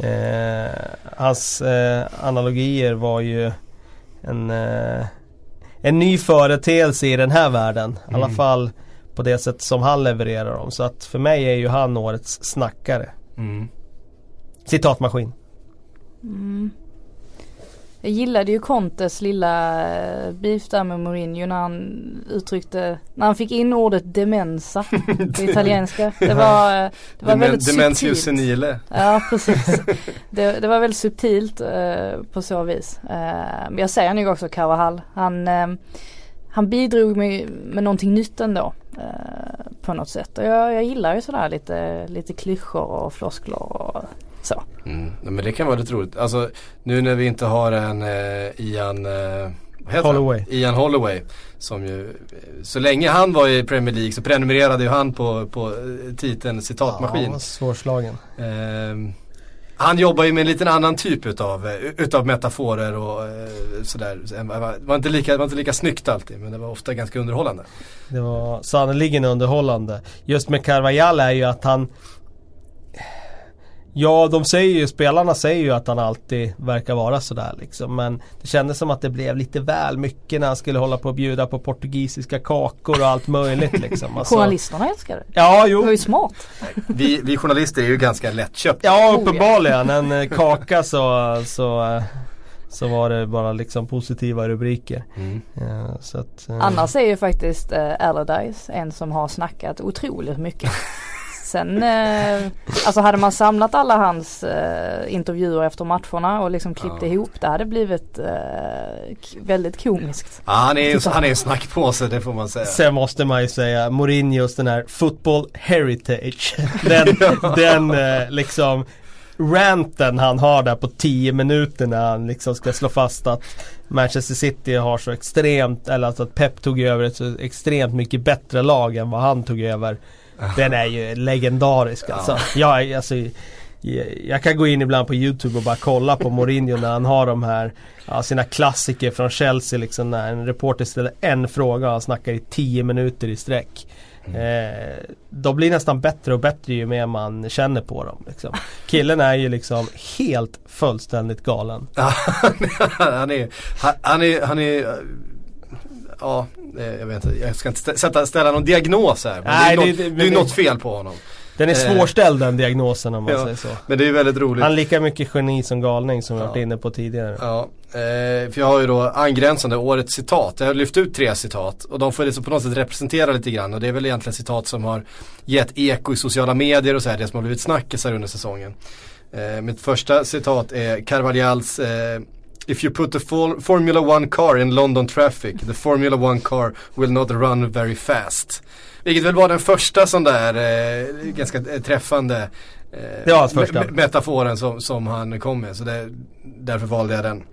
Hans analogier var ju en ny företeelse i den här världen. I alla fall på det sätt som han levererar dem. Så att för mig är ju han årets snackare. Citatmaskin. Jag gillade ju Contes lilla beef där med Mourinho när han fick in ordet demensa på italienska. Det var väldigt Demensius subtilt. senile. Ja, precis. Det var väldigt subtilt på så vis. Men jag säger nog också Carvajal. Han bidrog med någonting nytt ändå på något sätt. Och jag gillar ju sådär lite klyschor och floskler och så. Men det kan vara lite roligt. Alltså nu när vi inte har en Ian Holloway som ju, så länge han var i Premier League så prenumererade ju han på titeln citatmaskin. Ja, svårslagen. Han jobbar ju med en liten annan typ utav metaforer och sådär. Det var inte lika snyggt alltid, men det var ofta ganska underhållande. Det var sannoliken underhållande. Just med Carvajal är ju att han... Ja, spelarna säger ju att han alltid verkar vara sådär liksom. Men det kändes som att det blev lite väl mycket när han skulle hålla på att bjuda på portugisiska kakor och allt möjligt liksom. Alltså, journalisterna älskar det. Ja, jo. Det var ju smart. Vi journalister är ju ganska lättköpta. Ja, uppenbarligen. En kaka så så var det bara liksom positiva rubriker. Så att, annars är ju faktiskt Allardyce en som har snackat otroligt mycket. Sen, alltså hade man samlat alla hans intervjuer efter matcherna och liksom klippt ihop, det hade blivit väldigt komiskt. Ja, han är en snackpåse, det får man säga. Sen måste man ju säga Mourinhos den här football heritage. den liksom ranten han har där på 10 minuter när han liksom ska slå fast att Manchester City har så extremt, eller alltså att Pep tog över ett så extremt mycket bättre lag än vad han tog över. Den är ju legendarisk alltså. Jag kan gå in ibland på YouTube och bara kolla på Mourinho när han har de här sina klassiker från Chelsea liksom, när en reporter ställer en fråga och han snackar i 10 minuter i sträck. Då blir nästan bättre och bättre ju mer man känner på dem liksom. Killen är ju liksom helt fullständigt galen. han är ja, jag vet inte, jag ska inte ställa någon diagnos här, men nej, det är något fel på honom. Den är svårställd, den diagnosen, om man säger så. Men det är väldigt roligt. Han är lika mycket geni som galning som vi varit inne på tidigare. Ja, för jag har ju då angränsande årets citat. Jag har lyft ut 3 citat och de får liksom på något sätt representera lite grann. Och det är väl egentligen citat som har gett eko i sociala medier och så här, det som har blivit snackisar under säsongen. Mitt första citat är Carvalhals If you put the Formula 1 car in London traffic, the Formula 1 car will not run very fast. Vilket väl var den första sån där ganska träffande metaforen som han kom med. Så därför valde jag den.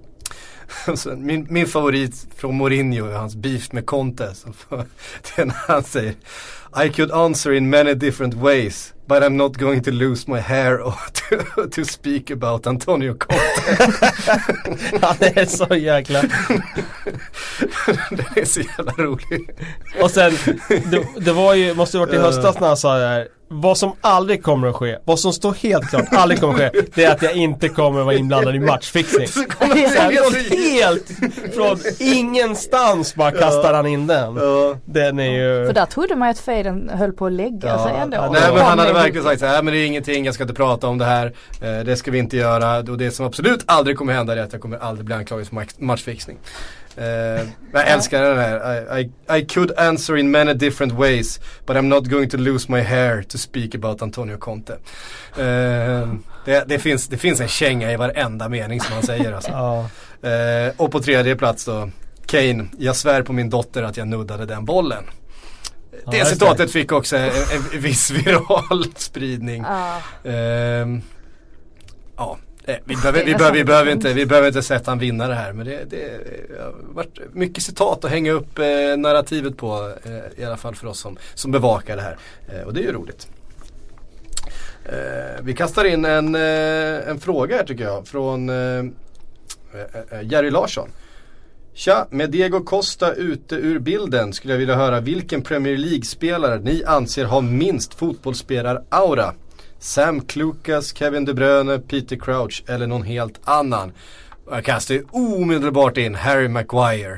Min favorit från Mourinho är hans beef med Conte. Det är när han säger I could answer in many different ways, but I'm not going to lose my hair or to speak about Antonio Conte. Ja, det är så jäkla. Det är så jävla roligt. Och sen, det var ju, måste ha varit i höstas när han sa det här. Vad som aldrig kommer att ske, vad som står helt klart aldrig kommer att ske, det är att jag inte kommer att vara inblandad i matchfixing. Helt från ingenstans bara kastar han in den. Den är ju... För där trodde man att fejden höll på att lägga sig ändå. Nej, men han hade verkligen sagt så här, men det är ingenting, jag ska inte prata om det här, det ska vi inte göra. Och det som absolut aldrig kommer hända är att jag kommer aldrig bli anklagad för matchfixning. Jag älskar den här I could answer in many different ways, but I'm not going to lose my hair to speak about Antonio Conte. Det finns en känga i varenda mening som han säger alltså. Och på 3:e plats då Kane, jag svär på min dotter att jag nuddade den bollen. Det citatet fick också en viss viral spridning. Vi behöver inte sätta han vinna det här, men det har varit mycket citat att hänga upp narrativet på, i alla fall för oss som bevakar det här, och det är ju roligt. Vi kastar in en fråga här tycker jag från Jerry Larsson. Tja, med Diego Costa ute ur bilden skulle jag vilja höra vilken Premier League-spelare ni anser har minst fotbollsspelar-aura. Sam Clucas, Kevin De Bruyne, Peter Crouch eller någon helt annan. Jag kastar ju omedelbart in Harry Maguire.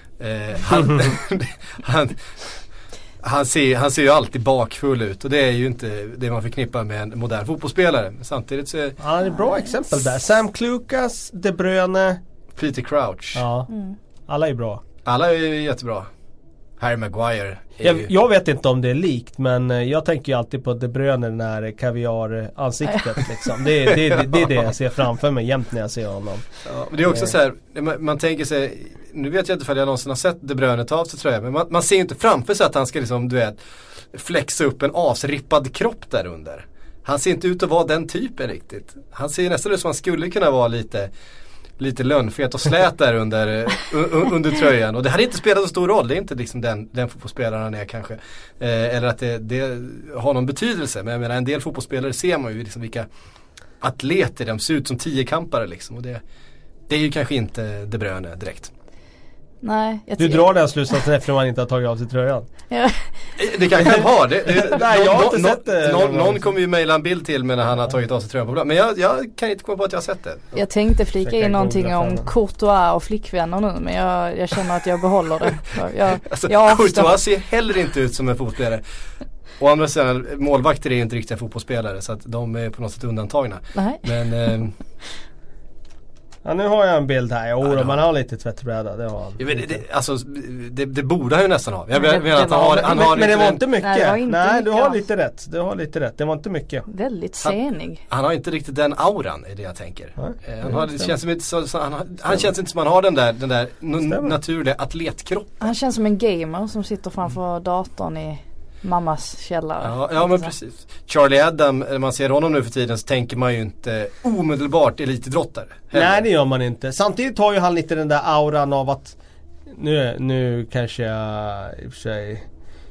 Han ser ju alltid bakfull ut, och det är ju inte det man förknippar med en modern fotbollsspelare. Men samtidigt så han är ett bra exempel där. Sam Clucas, De Bruyne, Peter Crouch. Ja. Alla är bra. Alla är jättebra. Harry Maguire jag vet inte om det är likt, men jag tänker ju alltid på De Bruyne, den här kaviar-ansiktet liksom. Det är det jag ser framför mig jämt när jag ser honom. Ja, men det är också så här, man tänker sig, nu vet jag inte för jag någonsin har sett De Bruyne ta av sig tröjan, men man ser ju inte framför sig att han ska liksom, du vet, flexa upp en asrippad kropp där under. Han ser inte ut att vara den typen riktigt. Han ser nästan ut som han skulle kunna vara lite lönnfet och slät där under tröjan. Och det hade inte spelat så stor roll. Det är inte liksom den fotbollsspelaren han är kanske. Eller att det har någon betydelse. Men jag menar, en del fotbollsspelare ser man ju liksom vilka atleter de ser ut som 10-kampare liksom. Och det är ju kanske inte De Bruyne direkt. Nej, du drar den slutsatsen efter att man inte har tagit av sig tröjan. Ja. Det kanske han har. Nej, jag har inte sett det. Någon kommer ju mejla en bild till mig när han har tagit av sig tröjan på blad. Men jag kan inte komma på att jag har sett det. Jag tänkte flika in någonting om Courtois och flickvänner nu, men jag känner att jag behåller det. Courtois ser heller inte ut som en fotbollsspelare. Å andra sidan, målvakter är ju inte riktiga fotbollsspelare, så att de är på något sätt undantagna. Nej. Men Ja, nu har jag en bild här. Man har lite tvättbräda, det har han. Det borde han ju nästan ha. Jag menar att han har men det var inte mycket. Nej, du har lite rätt. Du har lite rätt. Det var inte mycket. Väldigt senig. Han har inte riktigt den auran, är det jag tänker. Han känns inte som han har den där naturliga atletkroppen. Han känns som en gamer som sitter framför datorn i mammas källare. Ja, men precis. Charlie Adam, när man ser honom nu för tiden så tänker man ju inte omedelbart elitidrottare. Nej, det gör man inte. Samtidigt har ju han lite den där auran av att nu kanske jag i och för sig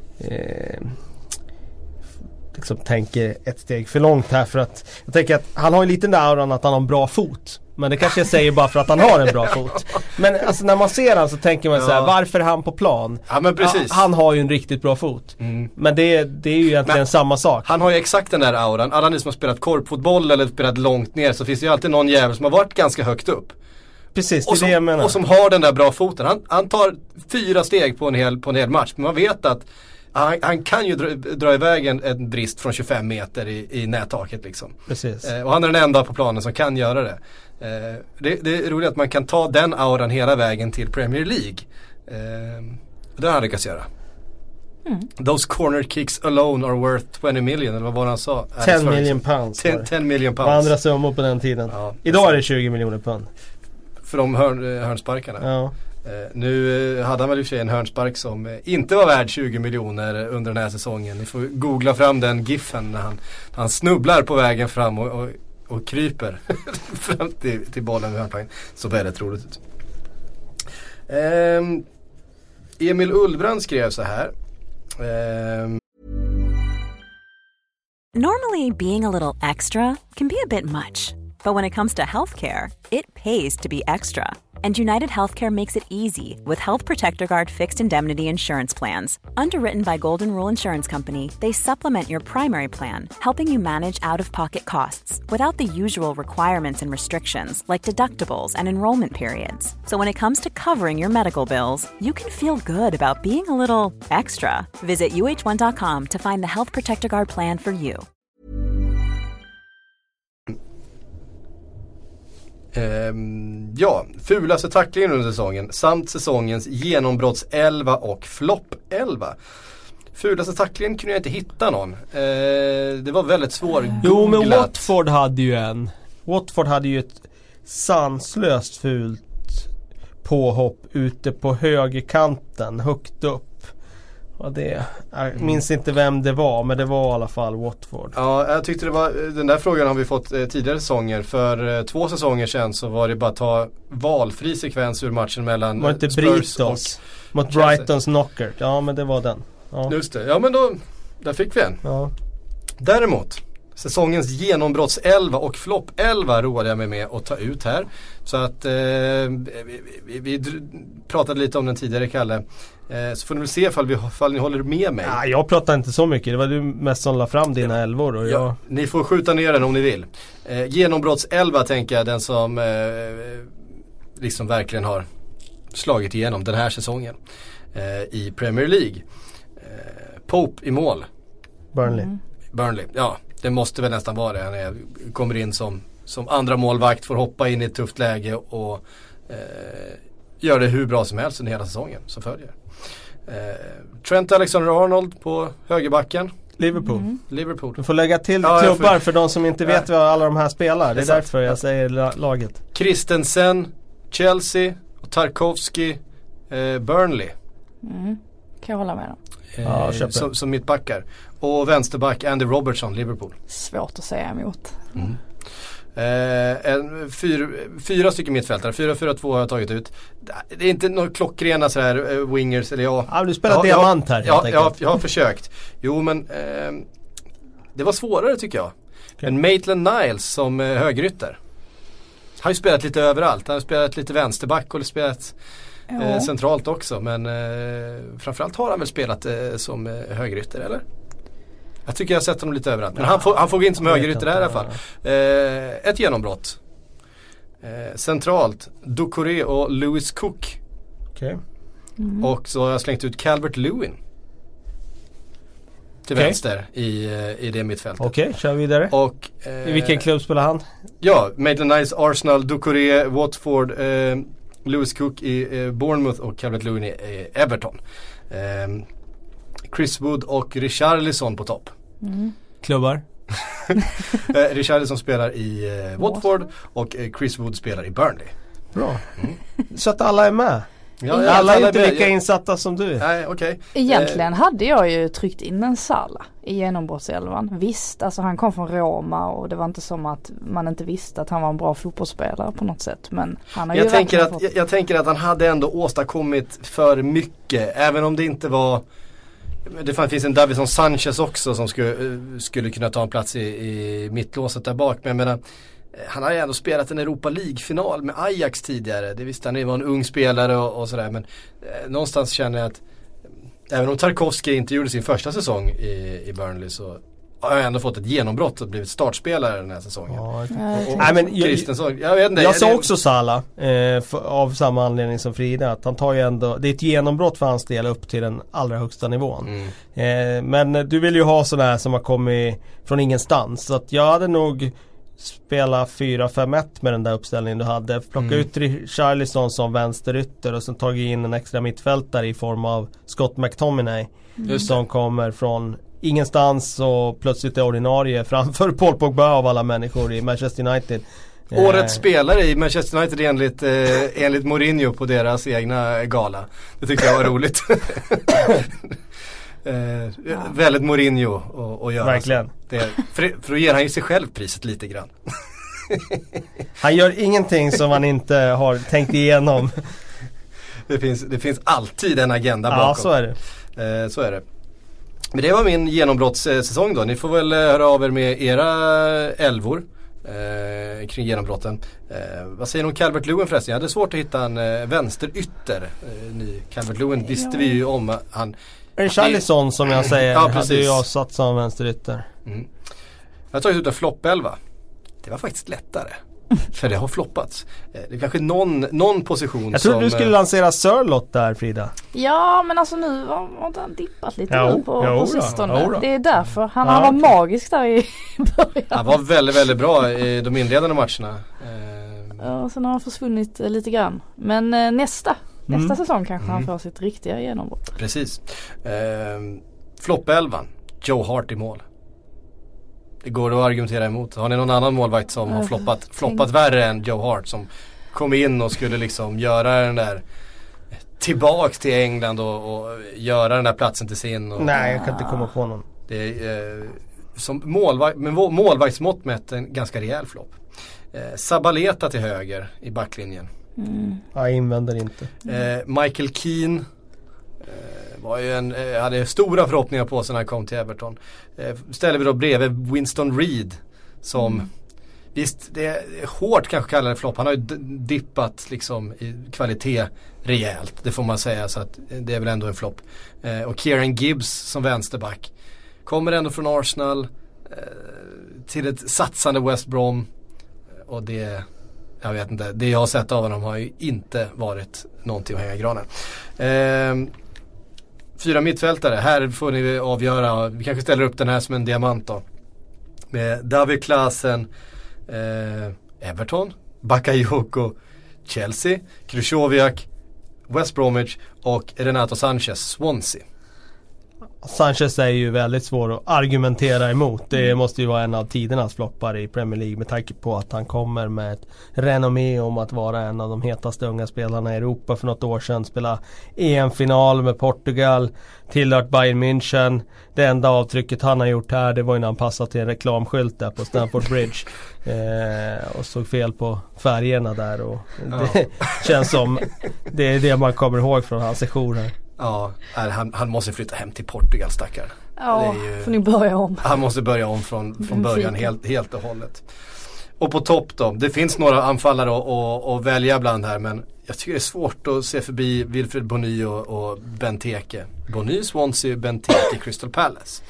liksom tänker ett steg för långt här, för att jag tänker att han har ju lite den där auran att han har en bra fot. Men det kanske jag säger bara för att han har en bra fot. Men alltså när man ser han så tänker man så här, varför är han på plan? Ja, men precis. Han har ju en riktigt bra fot. Men det är ju egentligen samma sak. Han har ju exakt den där auran. Alla ni som har spelat korpfotboll eller spelat långt ner, så finns det ju alltid någon jävel som har varit ganska högt upp. Precis, det är det jag menar. Och som har den där bra foten. Han tar 4 steg på en hel match. Men man vet att han kan ju dra iväg en brist från 25 meter i nättaket liksom. Precis. Och han är den enda på planen som kan göra det. Det är roligt att man kan ta den auran hela vägen till Premier League. Det har han lyckats göra. Those corner kicks alone are worth 20 million, eller vad var han sa? 10 million pounds. 10 million pounds. Och andra summor på den tiden. Ja, idag är det 20 miljoner pund. För de hörnsparkarna. Ja. Nu hade han väl i och för sig en hörnspark som inte var värd 20 miljoner under den här säsongen. Ni får googla fram den giffen när han snubblar på vägen fram och kryper fram till bollen med hörnparken. Så väldigt roligt ut. Emil Ullbrand skrev så här. Normally, being a little extra can be a bit much. But when it comes to healthcare, it pays to be extra. And United Healthcare makes it easy with Health Protector Guard fixed indemnity insurance plans. Underwritten by Golden Rule Insurance Company, they supplement your primary plan, helping you manage out-of-pocket costs without the usual requirements and restrictions like deductibles and enrollment periods. So when it comes to covering your medical bills, you can feel good about being a little extra. Visit uh1.com to find the Health Protector Guard plan for you. Fulaste tacklingen under säsongen samt säsongens genombrottselva och flopp-elva. Fulaste tacklingen kunde jag inte hitta någon. Det var väldigt svårt. Jo, men Watford hade ju en. Watford hade ju ett sanslöst fult påhopp ute på högerkanten, högt upp. Jag minns inte vem det var, men det var i alla fall Watford. Ja, jag tyckte det var, den där frågan har vi fått tidigare säsonger. För 2 säsonger sedan så var det bara att ta valfri sekvens ur matchen mellan var inte Spurs och mot Brightons knocker. Ja, men det var den. Ja. Just det, ja men då, där fick vi en. Ja. Däremot, säsongens genombrotts-11 och flopp-11 roade jag mig med att ta ut här. Så att vi pratade lite om den tidigare, Kalle. Så får ni väl se ifall ni håller med mig. Ja, jag pratar inte så mycket. Det var du mest som la fram dina 11 och jag... Ni får skjuta ner den om ni vill. Genombrotts-11 tänker jag, den som liksom verkligen har slagit igenom den här säsongen i Premier League. Pope i mål. Burnley, ja. Det måste väl nästan vara det. Han kommer in som andra målvakt, får hoppa in i ett tufft läge och gör det hur bra som helst under hela säsongen som följer. Trent Alexander-Arnold på högerbacken. Liverpool. Du får lägga till klubbar för de som inte vet vad alla de här spelar. Det är därför jag säger laget. Christensen, Chelsea och Tarkovsky, Burnley. Kan jag hålla med dem. Som mittbackar. Och vänsterback Andy Robertson, Liverpool. Svårt att säga emot. 4 stycken mittfältare. 4-4-2 har jag tagit ut. Det är inte några klockrena så här wingers eller ja, du spelar diamant här. Jag har försökt. Jo, men det var svårare tycker jag. Men Maitland Niles som högerytter har ju spelat lite överallt. Han har spelat lite vänsterback och spelat centralt också. Men framförallt har han väl spelat som högerytter, eller? Jag tycker jag har sett honom lite överallt. Men han får gå in som högerytter här i alla fall. Ett genombrott. Centralt Doucouré och Lewis Cook. Okay. Och så har jag slängt ut Calvert-Lewin. till vänster i det mittfältet. Okej, kör vidare. Och, i vilken klubb spelar han? Ja, Maitland-Niles, Arsenal, Doucouré, Watford, Lewis Cook i Bournemouth och Calvert-Lewin i Everton. Chris Wood och Richarlison på topp. Klubbar? Richarlison spelar i Watford och Chris Wood spelar i Burnley. Bra. Så att alla är med. Ja, alla är inte lika insatta som du. Nej, okay. Egentligen hade jag ju tryckt in en Salah i genombrottselvan. Visst, alltså han kom från Roma och det var inte som att man inte visste att han var en bra fotbollsspelare på något sätt. Men han har jag tänker att han hade ändå åstadkommit för mycket. Även om det inte var... Det finns en Davinson Sanchez också som skulle kunna ta en plats i mittlåset där bak. Men jag menar, han har ju ändå spelat en Europa League-final med Ajax tidigare. Det visste han var en ung spelare och sådär. Men någonstans känner jag att även om Tarkovsky inte gjorde sin första säsong i Burnley så har jag ändå fått ett genombrott och blivit startspelare den här säsongen. Jag sa också Salah av samma anledning som Frida, att han tar ju ändå, det är ett genombrott för hans del upp till den allra högsta nivån. Men du vill ju ha sådana här som har kommit från ingenstans, så att jag hade nog spela 4-5-1 med den där uppställningen du hade. Plocka ut Richarlison som vänsterytter och sen tagit in en extra mittfältare i form av Scott McTominay som kommer från ingenstans och plötsligt är ordinarie framför Paul Pogba av alla människor i Manchester United. Årets spelare i Manchester United enligt Mourinho på deras egna gala. Det tycker jag var roligt. Väldigt Mourinho att göra. Verkligen. För då ger han ju sig själv priset lite grann. Han gör ingenting som han inte har tänkt igenom. Det finns alltid en agenda bakom. Ja, så är det. Så är det. Men det var min genombrottssäsong då. Ni får väl höra av er med era elvor kring genombrotten. Vad säger ni om Calvert-Lewin förresten? Jag hade svårt att hitta en vänsterytter. Calvert-Lewin visste vi ju om. Richarlison som jag säger hade jag satt som vänsterytter. Jag har tagit ut en floppelva. Det var faktiskt lättare. För det har floppats. Det är kanske någon position. Jag tror du skulle lansera Sörlott där, Frida. Ja, men alltså nu har han dippat lite på sistone. Det är därför. Han var magisk där i början. Han var väldigt, väldigt bra i de inledande matcherna. Ja, sen har han försvunnit lite grann. Men nästa säsong kanske han får sitt riktiga genombrott. Precis. Floppelvan. Joe Hart i mål. Det går att argumentera emot. Har ni någon annan målvakt som har floppat värre än Joe Hart, som kom in och skulle liksom göra den där tillbaks till England och göra den där platsen till sin? Nej, jag kan inte komma på någon. Det är som målvaktsmått mätt en ganska rejäl flopp. Sabaleta till höger i backlinjen. Jag invänder inte. Michael Keane var ju hade stora förhoppningar på sig när han kom till Everton. Ställer vi då bredvid Winston Reed som visst, det är hårt kanske kallar det flopp. Han har ju dippat liksom i kvalitet rejält, det får man säga, så att det är väl ändå en flopp. Och Kieran Gibbs som vänsterback kommer ändå från Arsenal till ett satsande West Brom, och det, jag vet inte, det jag har sett av honom har ju inte varit någonting att hänga i granen. 4 mittfältare, här får ni avgöra. Vi kanske ställer upp den här som en diamant då. Med David Klaassen, Everton, Bakayoko, Chelsea, Krychowiak, West Bromwich och Renato Sanchez, Swansea. Sanchez är ju väldigt svår att argumentera emot. Det måste ju vara en av tidernas floppar i Premier League med tanke på att han kommer med ett renommé om att vara en av de hetaste unga spelarna i Europa. För något år sedan spela EM-final med Portugal, tillhört Bayern München. Det enda avtrycket han har gjort här, det var ju när han passade till en reklamskylt där på Stamford Bridge och såg fel på färgerna där, och det känns som det är det man kommer ihåg från hans sejour här. Ja, han måste flytta hem till Portugal, stackaren. Ja, får ni börja om. Han måste börja om från början helt och hållet. Och på topp då, det finns några anfallare att välja bland här, men jag tycker det är svårt att se förbi Wilfred Bony och Benteke. Bony, Swansea, Benteke, Crystal Palace.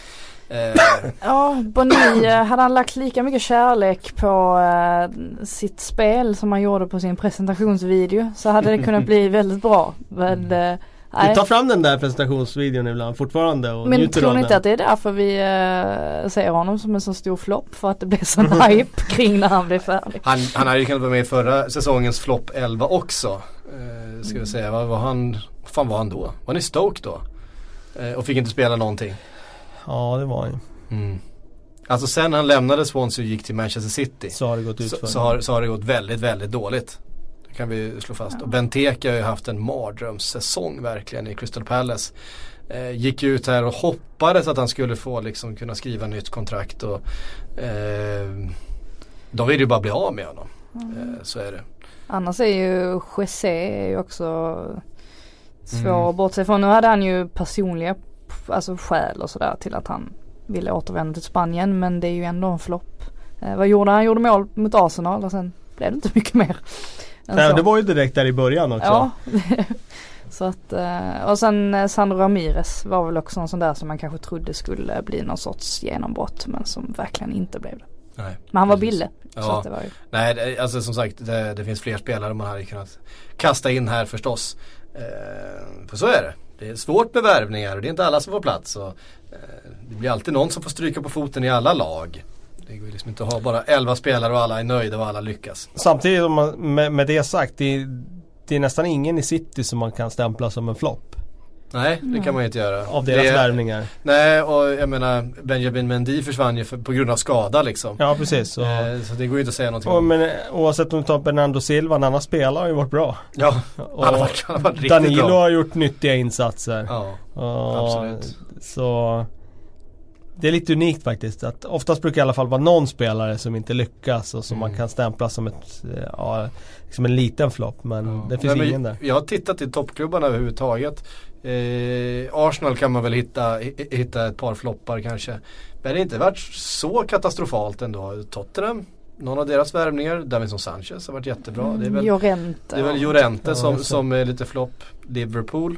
Ja, Bony, hade han lagt lika mycket kärlek på sitt spel som han gjorde på sin presentationsvideo, så hade det kunnat bli väldigt bra. Men Du tar fram den där presentationsvideon ibland fortfarande och men tror ni inte att det är därför vi ser honom som en så stor flopp? För att det blir sån hype kring när han blir färdig. Han hade ju kunnat vara med i förra säsongens flopp 11 också. Ska vi säga. Vad fan var han då? Var han i Stoke då? Och fick inte spela någonting. Ja, det var han. Alltså sen han lämnade Swansea och gick till Manchester City så har det gått ut så har det gått väldigt, väldigt dåligt. Det kan vi slå fast. Och Benteke har ju haft en mardrömssäsong verkligen i Crystal Palace. Gick ut här och hoppades att han skulle få liksom kunna skriva nytt kontrakt och de vill ju bara bli av med honom. Så är det. Annars är ju José också svår att bortse från. Nu hade han ju personliga skäl och sådär till att han ville återvända till Spanien, men det är ju ändå en flopp. Vad gjorde han? Han gjorde mål mot Arsenal och sen blev det inte mycket mer. Nej, det var ju direkt där i början också. Ja. Så att, och sen Sandro Ramirez var väl också en sån där som man kanske trodde skulle bli någon sorts genombrott, men som verkligen inte blev det. Nej, men han var billig. Ja. Så att det var ju... Nej, alltså som sagt det finns fler spelare man hade kunnat kasta in här förstås. För så är det. Det är svårt med värvningar och det är inte alla som får plats. Och, det blir alltid någon som får stryka på foten i alla lag. Det går liksom inte att ha bara 11 spelare och alla är nöjda och alla lyckas. Samtidigt med det sagt, det är nästan ingen i City som man kan stämpla som en flopp. Nej, det kan man inte göra. Av deras värvningar. Nej, och jag menar Benjamin Mendy försvann ju på grund av skada liksom. Ja, precis. Så det går ju inte att säga någonting om. Men oavsett om du tar Bernardo Silva, en annan spelare har ju varit bra. Ja, han har varit riktigt Danilo bra. har gjort nyttiga insatser. Ja, absolut. Så det är lite unikt faktiskt. Att oftast brukar i alla fall vara någon spelare som inte lyckas och som man kan stämpla som liksom en liten flopp. Men det finns ingen där. Jag har tittat i toppklubbarna överhuvudtaget. Arsenal kan man väl hitta ett par floppar kanske. Men det har inte varit så katastrofalt ändå. Tottenham, någon av deras värvningar, Davinson Sanchez har varit jättebra. Det är väl Llorente. Det är väl Llorente som är lite flopp. Liverpool.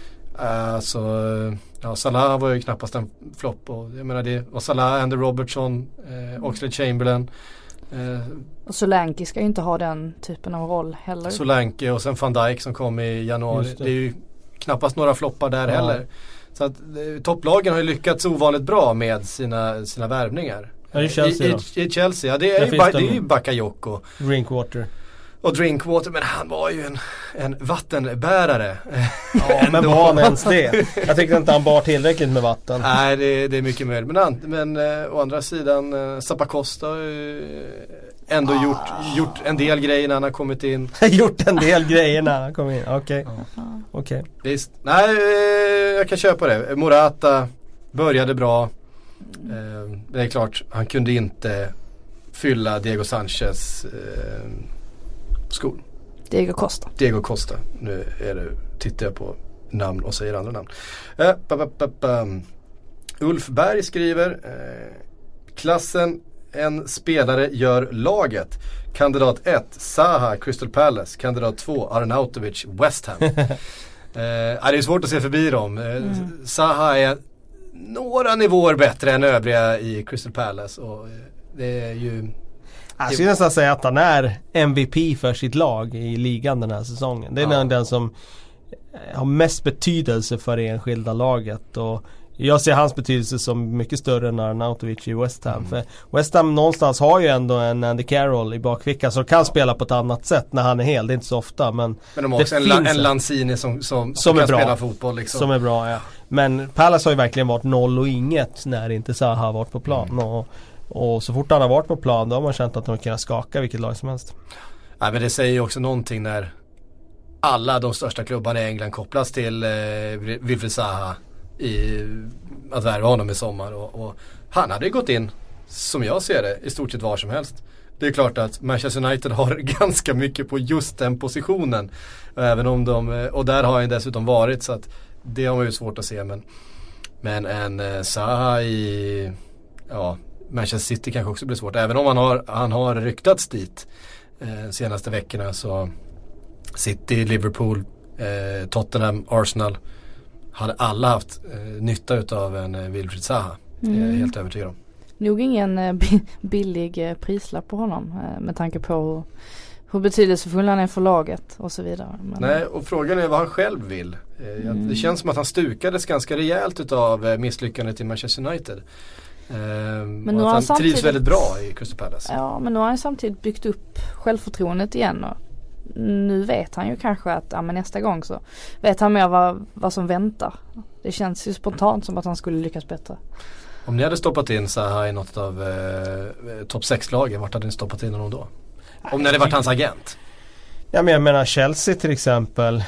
Salah var ju knappast en flopp. Och jag menar det var Salah, Andy Robertson, Oxlade Chamberlain. Och Solanke ska ju inte ha den typen av roll heller. Solanke och sen Van Dijk som kom i januari. Det är ju knappast några floppar där heller. Så att topplagen har ju lyckats ovanligt bra med sina värvningar. Ja, i Chelsea I Chelsea, ja, det är ju Bakayoko. Drinkwater, men han var ju en vattenbärare. Ja, men var han ens det? Jag tyckte inte han bar tillräckligt med vatten. Nej, det är mycket möjligt. Men å andra sidan Zappacosta har ändå gjort en del grejer när han har kommit in. Gjort en del grejer när han kom in, okej. Visst. Nej, jag kan köpa det. Morata började bra. Det är klart, han kunde inte fylla Diego Sanchez skor. Diego Costa. Nu tittar jag på namn och säger andra namn. Ulf Berg skriver klassen en spelare gör laget. Kandidat 1 Zaha, Crystal Palace. Kandidat 2 Arnautovic, West Ham. Det är svårt att se förbi dem. Zaha är några nivåer bättre än övriga i Crystal Palace och det är ju... Jag skulle nästan säga att han är MVP för sitt lag i ligan den här säsongen. Det är den som har mest betydelse för det enskilda laget och jag ser hans betydelse som mycket större än Arnautovic i West Ham. För West Ham någonstans har ju ändå en Andy Carroll i bakfickan som kan spela på ett annat sätt när han är hel. Det är inte så ofta. Men de har också en Lanzini som kan spela fotboll. Liksom. Som är bra, ja. Men Palace har ju verkligen varit noll och inget när inte Zaha har varit på plan. Och så fort han har varit på plan då har man känt att de kan skaka vilket lag som helst. Nej, men det säger ju också någonting när alla de största klubbarna i England kopplas till Wilfried Zaha i att värva honom i sommar och han hade ju gått in som jag ser det i stort sett var som helst. Det är klart att Manchester United har ganska mycket på just den positionen även om och där har han dessutom varit så att det har man ju svårt att se men en Zaha i Manchester City kanske också blir svårt även om han har ryktats dit senaste veckorna så City, Liverpool, Tottenham, Arsenal hade alla haft nytta utav en Wilfried Zaha. Det är jag helt övertygad om. Nog ingen billig prislapp på honom med tanke på hur betydelsefull han är för laget och så vidare. Men... Nej, och frågan är vad han själv vill. Det känns som att han stukades ganska rejält utav misslyckandet i Manchester United. Men och att han trivs väldigt bra i Crystal Palace. Ja, men nu har han samtidigt byggt upp självförtroendet igen och nu vet han ju kanske att men nästa gång så vet han mer vad som väntar. Det känns ju spontant som att han skulle lyckas bättre. Om ni hade stoppat in Zaha i något av topp 6-lagen, vart hade ni stoppat in honom då? Om ni hade varit hans agent? Ja, men jag menar Chelsea till exempel.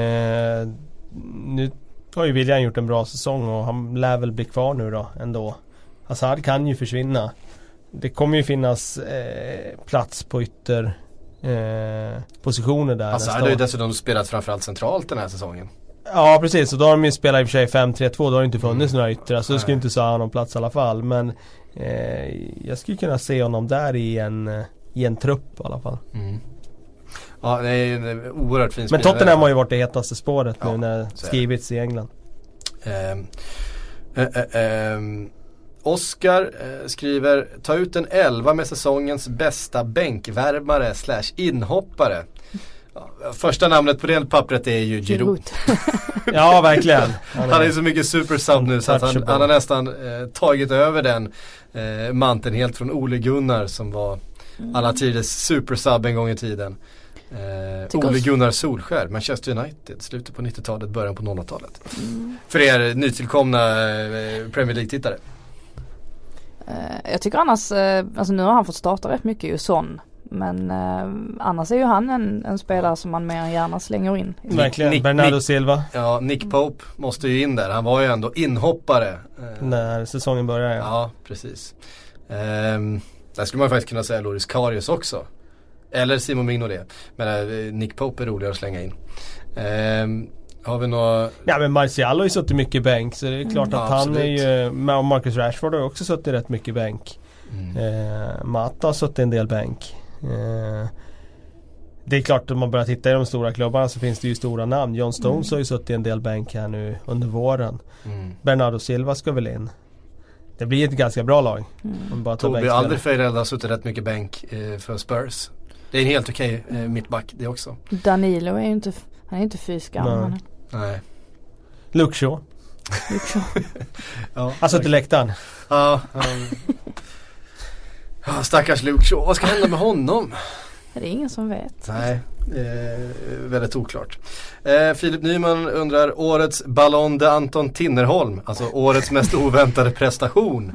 Nu har ju William gjort en bra säsong och han lär väl bli kvar nu då ändå. Hazard kan ju försvinna. Det kommer ju finnas plats på ytterpositioner där. Hazard har ju dessutom spelat framförallt centralt den här säsongen. Ja, precis. Och då har de ju spelat i och för sig 5-3-2. Då har det inte funnits några yttrar. Så det skulle inte ha någon plats i alla fall. Men jag skulle kunna se honom där i en trupp i alla fall. Ja, det är en oerhört fin spelare. Men Tottenham har ju varit det hetaste spåret nu när det skrivits i England. Oscar skriver: ta ut en 11 med säsongens bästa bänkvärmare / inhoppare. Första namnet på det pappret är ju Giroud. Ja, verkligen. Han är så mycket super sub nu så att han har nästan tagit över den manteln helt från Ole Gunnar som var alla tiders super sub en gång i tiden. Ole Gunnar Solskär, Manchester United, slutet på 90-talet, början på 00-talet. För er nytillkomna Premier League-tittare. Jag tycker annars, alltså nu har han fått starta rätt mycket ju sån. Men annars är ju han en spelare som man mer än gärna slänger in. Verkligen, Bernardo Silva. Ja, Nick Pope måste ju in där. Han var ju ändå inhoppare. När säsongen började. Ja, precis. Där skulle man faktiskt kunna säga Loris Karius också. Eller Simon Mignolet. Men Nick Pope är roligare att slänga in. Har vi några... Ja, men Martial har ju suttit mycket bänk. Så det är klart att han är ju... Marcus Rashford har också suttit rätt mycket bänk. Mata har suttit en del bänk. Det är klart att om man börjar titta i de stora klubbarna så finns det ju stora namn. John Stones har ju suttit en del bänk här nu under våren. Bernardo Silva ska väl in. Det blir ett ganska bra lag. Tobi Alderweireld har suttit rätt mycket bänk för Spurs. Det är en helt okej mittback det också. Danilo är ju inte, han är inte fysisk. Nej. Luke Shaw. Ja, alltså till läktaren. Ja, stackars Luke Shaw. Vad ska hända med honom? Det är ingen som vet. Nej, väldigt oklart. Filip Nyman undrar: årets Ballon de Anton Tinnerholm, alltså årets mest oväntade prestation.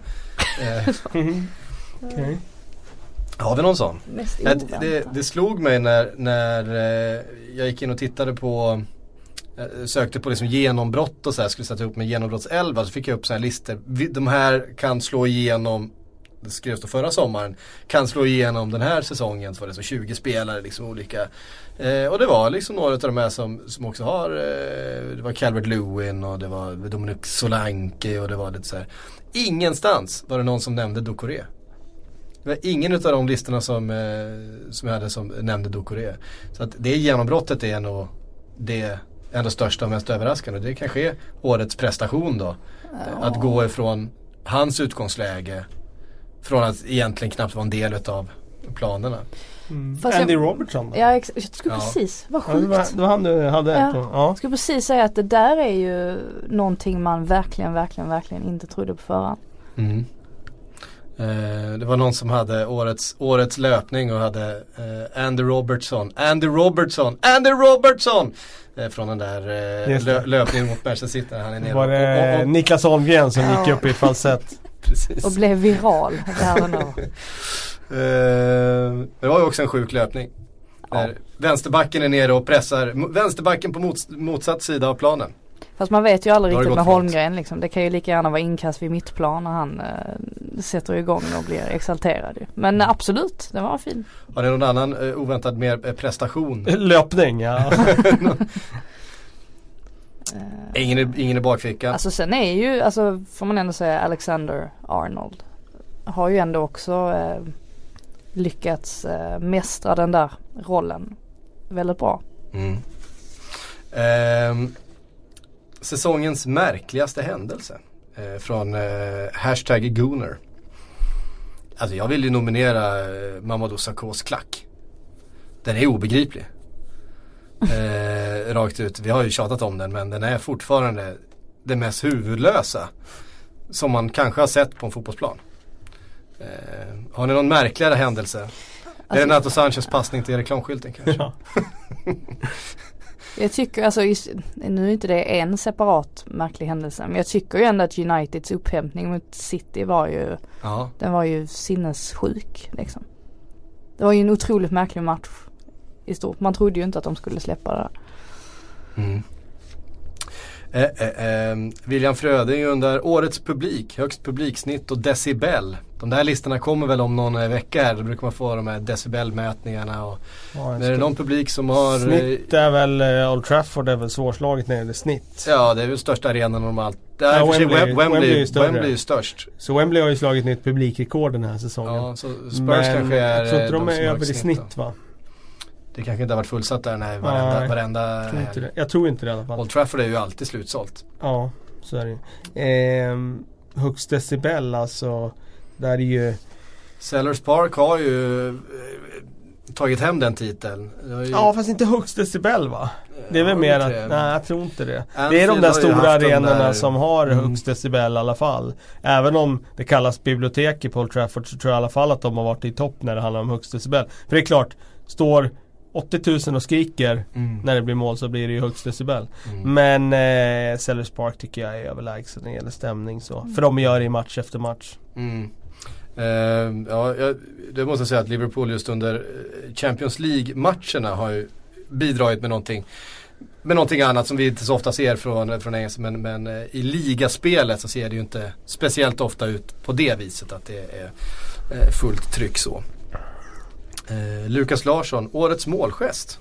Okay. Har vi någon sån? Det slog mig när jag gick in och tittade på, sökte på liksom genombrott och så här, skulle sätta ihop med genombrottselva, så fick jag upp så här listor. De här kan slå igenom, det skrevs då förra sommaren, kan slå igenom den här säsongen, så var det så 20 spelare liksom olika. Och det var liksom några av de här som också har, det var Calvert-Lewin och det var Dominic Solanke och det var lite så här. Ingenstans var det någon som nämnde Doucouré. Det var ingen av de listorna som jag hade som nämnde Doucouré. Så att det genombrottet är nog det ändå största och mest överraskande. Det kanske är årets prestation då. Att gå ifrån hans utgångsläge från att egentligen knappt vara en del av planerna. Andy Robertson då? Ja, jag skulle precis, vad sjukt. Det var han du hade. Jag skulle precis säga att det där är ju någonting man verkligen inte trodde på förhand. Det var någon som hade årets löpning och hade Andy Robertson från den där löpningen mot Manchester City. Han är nere var det Niklas Holmgren som gick upp i falsett. Precis. Och blev viral. Det var ju också en sjuk löpning. Vänsterbacken är nere och pressar vänsterbacken på motsatt sida av planen. Fast man vet ju aldrig riktigt med Holmgren liksom. Det kan ju lika gärna vara inkast vid mittplan när han sätter igång och blir exalterad. Men absolut, det var fin. Har det någon annan oväntad mer prestation? Löpning, ja. Ingen i bakfickan. Alltså sen är ju, alltså får man ändå säga, Alexander Arnold har ju ändå också lyckats mästra den där rollen väldigt bra. Säsongens märkligaste händelse från #Gooner. Alltså jag vill ju nominera Mamadou Sakos klack. Den är obegriplig. Rakt ut. Vi har ju tjatat om den, men den är fortfarande det mest huvudlösa som man kanske har sett på en fotbollsplan. Har ni någon märkligare händelse? Är det Nato Sanchez passning till reklamskylten kanske? Ja. Jag tycker alltså, nu är inte det en separat märklig händelse, men jag tycker ju ändå att Uniteds upphämtning mot City var ju, den var ju sinnessjuk liksom. Det var ju en otroligt märklig match i stort. Man trodde ju inte att de skulle släppa det där. William Fröding undrar årets publik, högst publiksnitt och decibel. De där listorna kommer väl om någon vecka här. Då brukar man få de här decibelmätningarna och är det någon publik som har... Snitt är väl Old Trafford är väl svårslaget när det är snitt. Ja, det är väl största arenan normalt. Wembley är ju störst. Så Wembley har ju slagit nytt publikrekord den här säsongen. Ja, så Spurs kanske är... Jag tror inte de är över i snitt va? Det kanske inte har varit fullsatt där när varenda jag tror inte det i alla fall. Old Trafford är ju alltid slutsålt. Ja, så är det. Högst decibel alltså, där är ju Sellers Park har ju tagit hem den titeln. Ja, fast inte högst decibel va? Det är väl mer att, nej jag tror inte det. Det är de där stora arenorna som har högst decibel i alla fall. Även om det kallas bibliotek på Old Trafford så tror jag i alla fall att de har varit i topp när det handlar om högst decibel. För det är klart, står 80 000 och skriker när det blir mål så blir det ju högst decibel. Men Sellers Park tycker jag är överlägset när det gäller stämning så. För de gör det i match efter match. Det måste jag säga att Liverpool just under Champions League-matcherna har ju bidragit med någonting annat som vi inte så ofta ser från England, men i ligaspelet så ser det ju inte speciellt ofta ut på det viset att det är fullt tryck så. Lukas Larsson, årets målgest.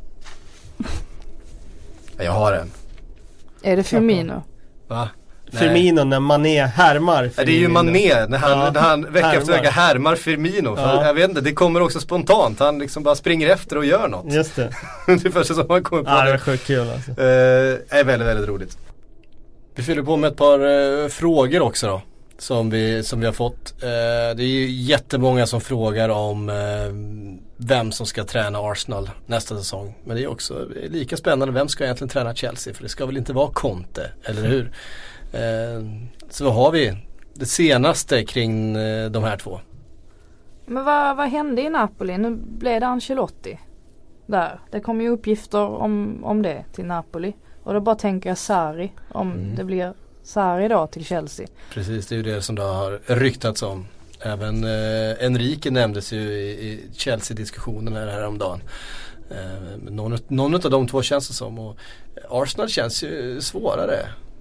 Jag har en. Är det Firmino? Va? Firmino när Mané härmar Firmino. Det är ju Mané när han vecka efter vecka härmar Firmino. För jag vet inte, det kommer också spontant. Han liksom bara springer efter och gör något. Just det. Det första som man kommer på. Ja, det är sjukt kul alltså. Är väldigt, väldigt roligt. Vi fyller på med ett par frågor också då. Som vi har fått. Det är ju jättemånga som frågar om vem som ska träna Arsenal nästa säsong. Men det är också lika spännande, vem ska egentligen träna Chelsea? För det ska väl inte vara Conte, eller hur? Så vad har vi det senaste kring de här två? Men vad hände i Napoli? Nu blev det Ancelotti där. Det kom ju uppgifter om det till Napoli. Och då bara tänker jag Sarri, om det blir Sarri då till Chelsea. Precis, det är ju det som det har ryktats om. Även Enrique nämndes ju i Chelsea-diskussionen här om dagen. Någon av de två känns det som. Och Arsenal känns ju svårare.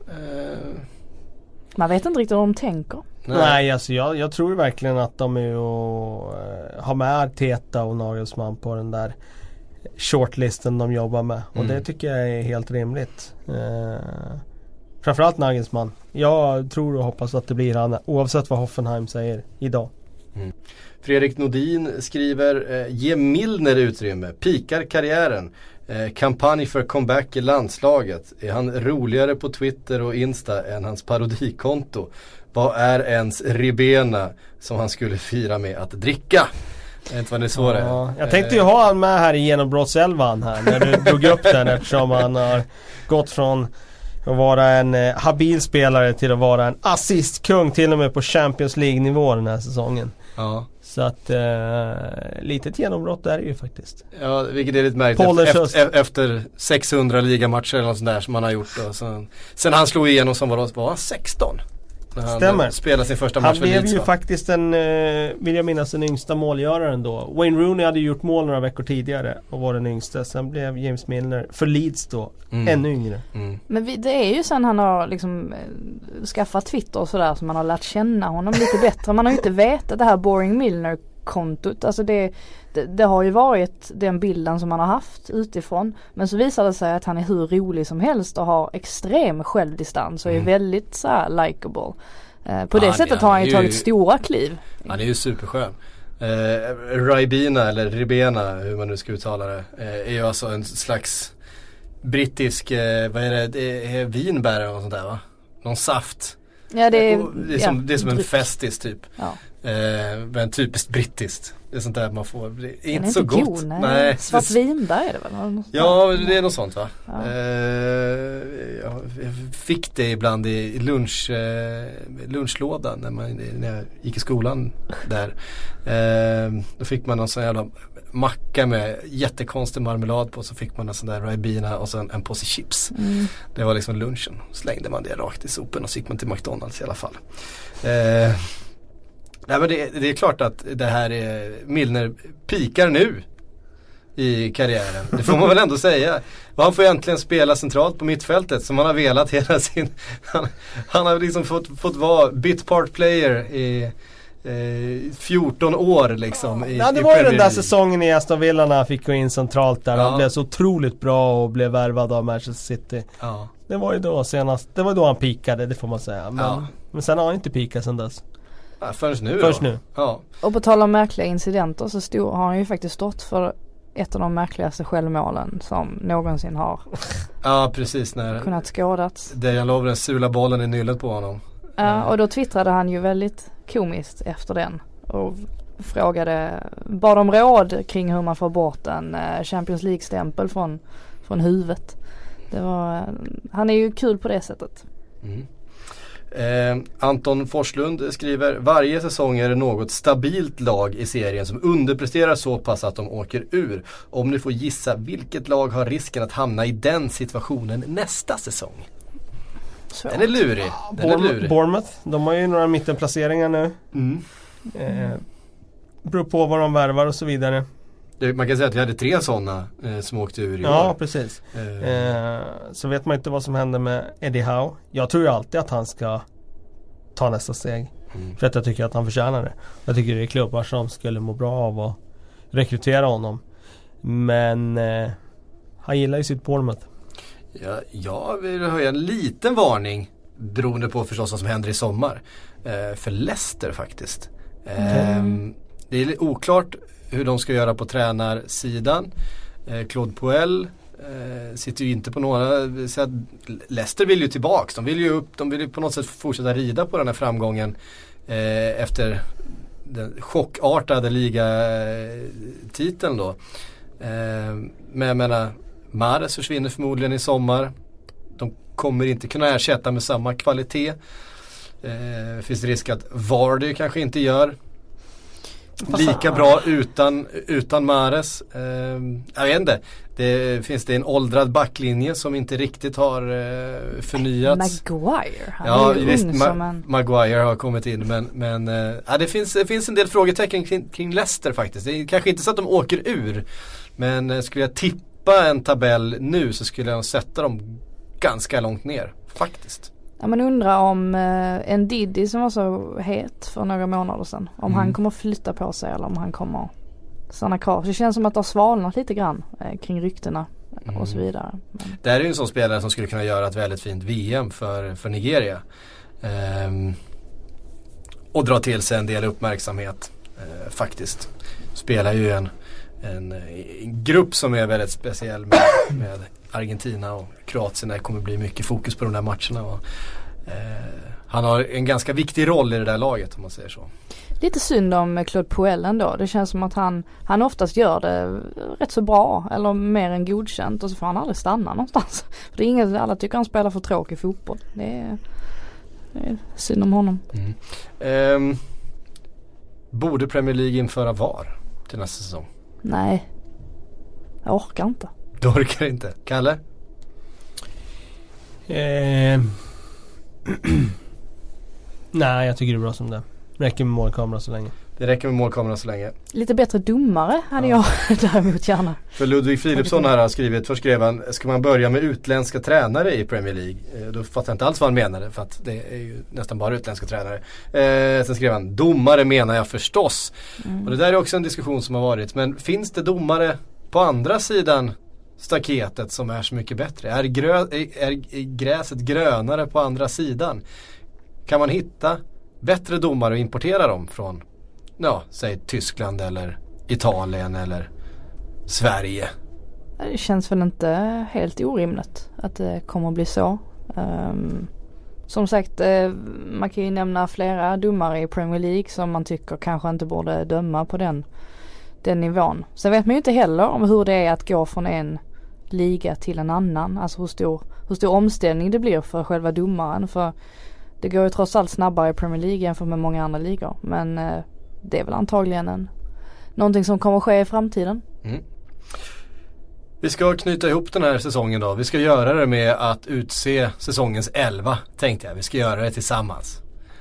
Man vet inte riktigt vad de tänker. Nej, alltså jag tror verkligen att de är att ha med Arteta och Nagelsmann på den där shortlisten de jobbar med. Och det tycker jag är helt rimligt. Framförallt Nagelsmann. Jag tror och hoppas att det blir han, oavsett vad Hoffenheim säger idag. Fredrik Nordin skriver, ge Milner utrymme, pikar karriären, kampanj för comeback i landslaget. Är han roligare på Twitter och Insta än hans parodikonto? Vad är ens ribena som han skulle fira med att dricka? Jag vet inte vad det är så det är. Jag tänkte ju ha han med här i genombrottselvan här när du drog upp den, eftersom han har gått från att vara en habil spelare till att vara en assistkung till och med på Champions League-nivå den här säsongen. Ja. Så att litet genombrott är det ju faktiskt. Ja, vilket är lite märkligt efter 600 ligamatcher eller något sånt där som han har gjort. Och sen han slog igenom som var han 16? Stämmer. Spelade sin första match. Han blev ju faktiskt vill jag minnas, den yngsta målgöraren då. Wayne Rooney hade gjort mål några veckor tidigare och var den yngsta. Sen blev James Milner för Leeds då ännu yngre. Men det är ju sen han har liksom skaffat Twitter och sådär, så man har lärt känna honom lite bättre. Man har ju inte vetat det här Boring Milner-kontot. Alltså det har ju varit den bilden som man har haft utifrån. Men så visar det sig att han är hur rolig som helst och har extrem självdistans och är väldigt så här likeable. På det sättet har han ju tagit stora kliv. Han är ju superskön. Ribena, hur man nu ska uttala det, är ju alltså en slags brittisk, vad är det? Det är vinbär och sånt där, va? Någon saft. Ja, det är som en festis typ. Ja. Men typiskt brittiskt. Det är sånt där man får. Det är inte så gott. God, nej. Svartvin där är det väl? Ja, det är något sånt va? Ja. Jag fick det ibland i lunchlådan när jag gick i skolan där. Då fick man någon sån jävla macka med jättekonstig marmelad på, så fick man en sån där Ribena och sen en påse chips. Det var liksom lunchen. Slängde man det rakt i sopen och så gick man till McDonalds i alla fall. Nej, men det är klart att det här är Milner pikar nu i karriären. Det får man väl ändå säga. Han får äntligen spela centralt på mittfältet som han har velat hela sin... Han har liksom fått vara bit part player i 14 år liksom. Ja, det var ju den där säsongen i Aston Villa när han fick gå in centralt där. Han blev så otroligt bra och blev värvad av Manchester City. Ja. Det var ju då senast. Det var då han pikade, det får man säga. Men sen har han inte pikat sen dess. Ja, först nu. Ja. Och på tal om märkliga incidenter så har han ju faktiskt stått för ett av de märkligaste självmålen som någonsin har precis, när kunnat skådats. Dejan Lovren sula bollen i nyllet på honom. Ja, och då twittrade han ju väldigt komiskt efter den och bad om råd kring hur man får bort en Champions League-stämpel från huvudet. Han är ju kul på det sättet. Anton Forslund skriver: varje säsong är det något stabilt lag i serien som underpresterar så pass att de åker ur. Om ni får gissa, vilket lag har risken att hamna i den situationen nästa säsong? Den är lurig. Bournemouth, de har ju några mittenplaceringar nu. Beror på vad de värvar och så vidare. Man kan säga att vi hade 3 sådana som åkte ur i år. Ja, precis. Så vet man inte vad som händer med Eddie Howe. Jag tror ju alltid att han ska ta nästa steg. För att jag tycker att han förtjänar det. Jag tycker det är klubbar som skulle må bra av att rekrytera honom. Men han gillar ju sitt Bournemouth. Ja, jag vill höja en liten varning beroende på förstås vad som händer i sommar. För Leicester faktiskt. Det är oklart hur de ska göra på tränarsidan. Claude Puel sitter ju inte på några, så att Leicester vill ju tillbaks. De vill ju på något sätt fortsätta rida på den här framgången efter den chockartade ligatiteln då. Men jag menar, Mahrez försvinner förmodligen i sommar. De kommer inte kunna ersätta med samma kvalitet. Finns det risk att Vardy kanske inte gör lika bra utan Mahrez. Jag vet inte. Finns det en åldrad backlinje som inte riktigt har förnyats. Maguire. Han är ju ung som en... Maguire har kommit in. Men det finns en del frågetecken kring Leicester faktiskt. Det är kanske inte så att de åker ur. Men skulle jag tippa en tabell nu så skulle jag sätta dem ganska långt ner. Faktiskt. Ja, man undrar om en Diddy som var så het för några månader sedan. Om han kommer flytta på sig eller om han kommer stanna kvar. Så det känns som att det har svalnat lite grann kring ryktena och så vidare. Men. Det är ju en sån spelare som skulle kunna göra ett väldigt fint VM för Nigeria. Och dra till sig en del uppmärksamhet faktiskt. Spelar ju en grupp som är väldigt speciell med Argentina och Kroatien. Det kommer bli mycket fokus på de där matcherna. Och, han har en ganska viktig roll i det där laget om man säger så. Lite synd om Claude Puel ändå. Det känns som att han oftast gör det rätt så bra eller mer än godkänt och så får han aldrig stanna någonstans. För det är inget, alla tycker han spelar för tråkig fotboll. Det är synd om honom. Borde Premier League införa VAR till nästa säsong? Nej, jag orkar inte. Du orkar inte. Kalle? Nej, jag tycker det är bra som det. Räcker med målkamera så länge. Det räcker med målkamera så länge. Lite bättre domare hade jag däremot gärna. För Ludvig Philipsson här har skrivit, först skrev han, ska man börja med utländska tränare i Premier League? Då fattar jag inte alls vad han menade, för att det är ju nästan bara utländska tränare. Sen skrev han, domare menar jag förstås. Och det där är också en diskussion som har varit. Men finns det domare på andra sidan staketet som är så mycket bättre? Är gräset grönare på andra sidan? Kan man hitta bättre domare och importera dem från, säg Tyskland eller Italien eller Sverige? Det känns väl inte helt orimligt att det kommer att bli så. Som sagt, man kan ju nämna flera domare i Premier League som man tycker kanske inte borde döma på den nivån. Sen vet man ju inte heller om hur det är att gå från en liga till en annan. Alltså hur stor omställning det blir för själva domaren. För det går ju trots allt snabbare i Premier League jämfört med många andra ligor. Men det är väl antagligen någonting som kommer att ske i framtiden. Mm. Vi ska knyta ihop den här säsongen då. Vi ska göra det med att utse säsongens 11, tänkte jag. Vi ska göra det tillsammans.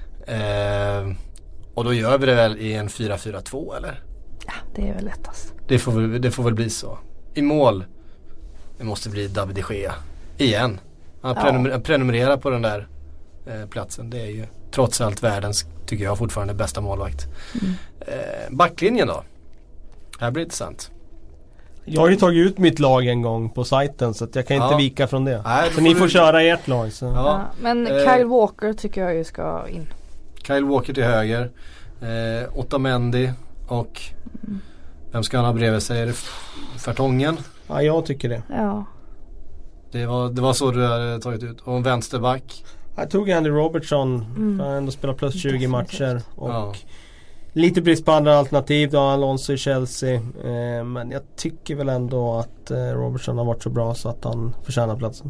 Och då gör vi det väl i en 4-4-2 eller? Ja, det är väl lättast. Det får väl bli så. I mål, det måste bli David de Gea igen. Han prenumerera på den där platsen. Det är ju trots allt världens, tycker jag, fortfarande bästa målvakt. Backlinjen då? Det här blir intressant. Jag har ju tagit ut mitt lag en gång på sajten så att jag kan inte vika från det. Nej, så ni får köra ert lag. Så. Ja, men Kyle Walker tycker jag ju ska in. Kyle Walker till höger. Otamendi och vem ska han ha bredvid sig? Är det Fertongen? Ja, jag tycker det. Ja. Det var så du hade tagit ut. Och en vänsterback. Jag tog Andy Robertson. Han har ändå spelat plus 20 matcher. Och lite brist på andra alternativ då, Alonso i Chelsea. Men jag tycker väl ändå att Robertson har varit så bra så att han förtjänar platsen.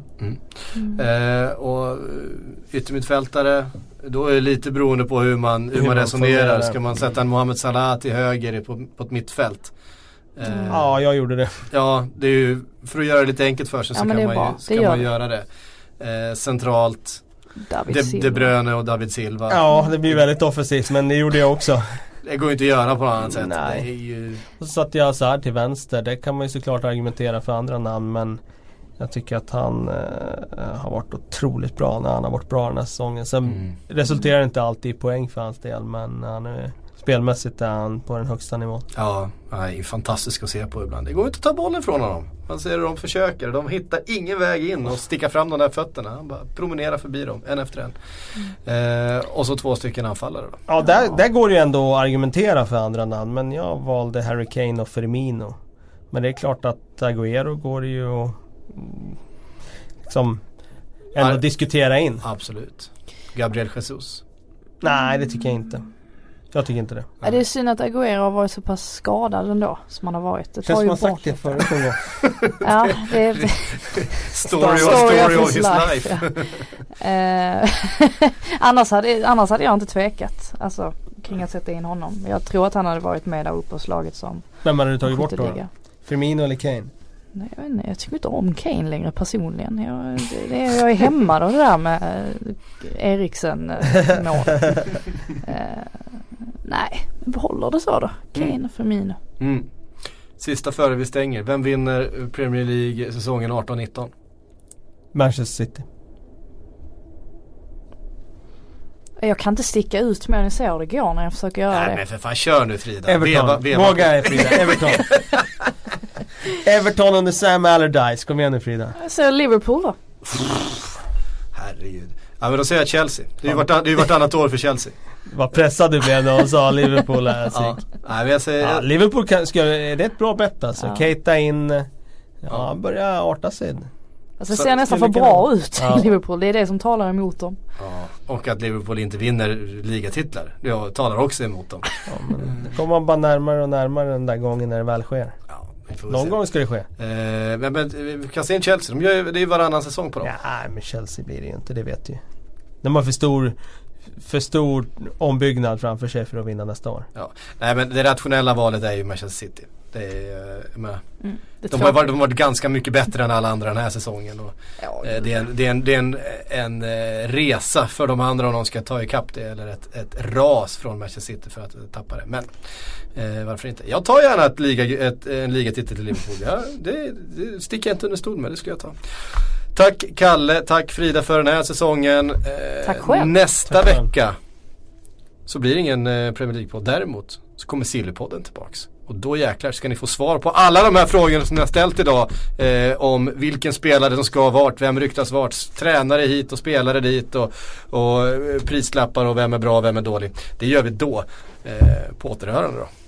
Och yttermittfältare, då är det lite beroende på hur man resonerar. Ska man sätta en Mohamed Salah till höger på ett mittfält? Ja, jag gjorde det. Ja, det är ju för att göra det lite enkelt för sig så kan man göra det. Centralt De Bruyne och David Silva. Ja, det blir väldigt offensivt, men det gjorde jag också. Det går inte att göra på något annat sätt. Nej. Det är ju... Och så satt jag så här till vänster. Det kan man ju såklart argumentera för andra namn, men jag tycker att han har varit otroligt bra när han har varit bra den här säsongen. Sen resulterar inte alltid i poäng för hans del, men han är spelmässigt är han på den högsta nivån. Ja, det är fantastiskt att se på ibland. Det går inte att ta bollen från honom. Man ser hur de försöker. De hittar ingen väg in och sticka fram de där fötterna. Han bara promenerar förbi dem, en efter en. Och så 2 stycken anfallare då. Ja, där går det ju ändå att argumentera för andra namn. Men jag valde Harry Kane och Firmino. Men det är klart att Agüero går det ju att liksom ändå diskutera in. Absolut. Gabriel Jesus? Nej, det tycker jag inte. Jag tycker inte det. Ja, det är synd att Agüero har varit så pass skadad ändå som han har varit. Det känns som man sagt det förut. Ja, det är story of his life. Annars hade jag inte tvekat kring att sätta in honom. Jag tror att han hade varit med där uppe på slaget som. Vem hade du tagit bort då? Firmino eller Kane? Nej, jag vet inte. Jag tycker inte om Kane längre personligen. Jag är hemma då det där med Eriksen mål. Nej, vi behåller det så då. Kane och Firmino. Sista före vi stänger. Vem vinner Premier League säsongen 18-19? Manchester City. Jag kan inte sticka ut mer än så det går när jag försöker göra det. Nej, men för fan, kör nu Frida. Everton. Våga Frida. Everton. Everton under Sam Allardyce. Kom igen nu Frida. Jag säger Liverpool då. Herregud. Ja, men då säger jag Chelsea. Det är ju vartannat år för Chelsea. Vad pressad du blev då och sa Liverpool är Nej, jag säger... Liverpool är det ett bra bett alltså. Keita in. Ja, börjar arta sig. Alltså ser nästan för bra ut i Liverpool. Det är det som talar emot dem. Ja, och att Liverpool inte vinner ligatitlar. Det talar också emot dem. Ja, men kommer man bara närmare och närmare den där gången när det väl sker. Ja, någon gång ska det ske. Men vi kan se en Chelsea. Det är ju varannan säsong på dem. Ja, men Chelsea blir det ju inte, det vet ju. De har för stor ombyggnad framför sig för att vinna nästa år. Ja. Nej, men det rationella valet är ju Manchester City. De har varit ganska mycket bättre än alla andra den här säsongen. Och det är en resa för de andra om de ska ta ikapp det. Eller ett ras från Manchester City för att tappa det. Men varför inte? Jag tar gärna en ligatitel till Liverpool. Ja, det sticker jag inte under stol med. Det skulle jag ta. Tack Kalle, tack Frida för den här säsongen. Tack själv. Nästa vecka så blir det ingen Premier League-podd. Däremot så kommer Sillypodden tillbaks. Och då jäklar ska ni få svar på alla de här frågorna som ni har ställt idag. Om vilken spelare som ska vart, vem ryktas vart, tränare hit och spelare dit och prislappar och vem är bra och vem är dålig. Det gör vi då. På återhörande då.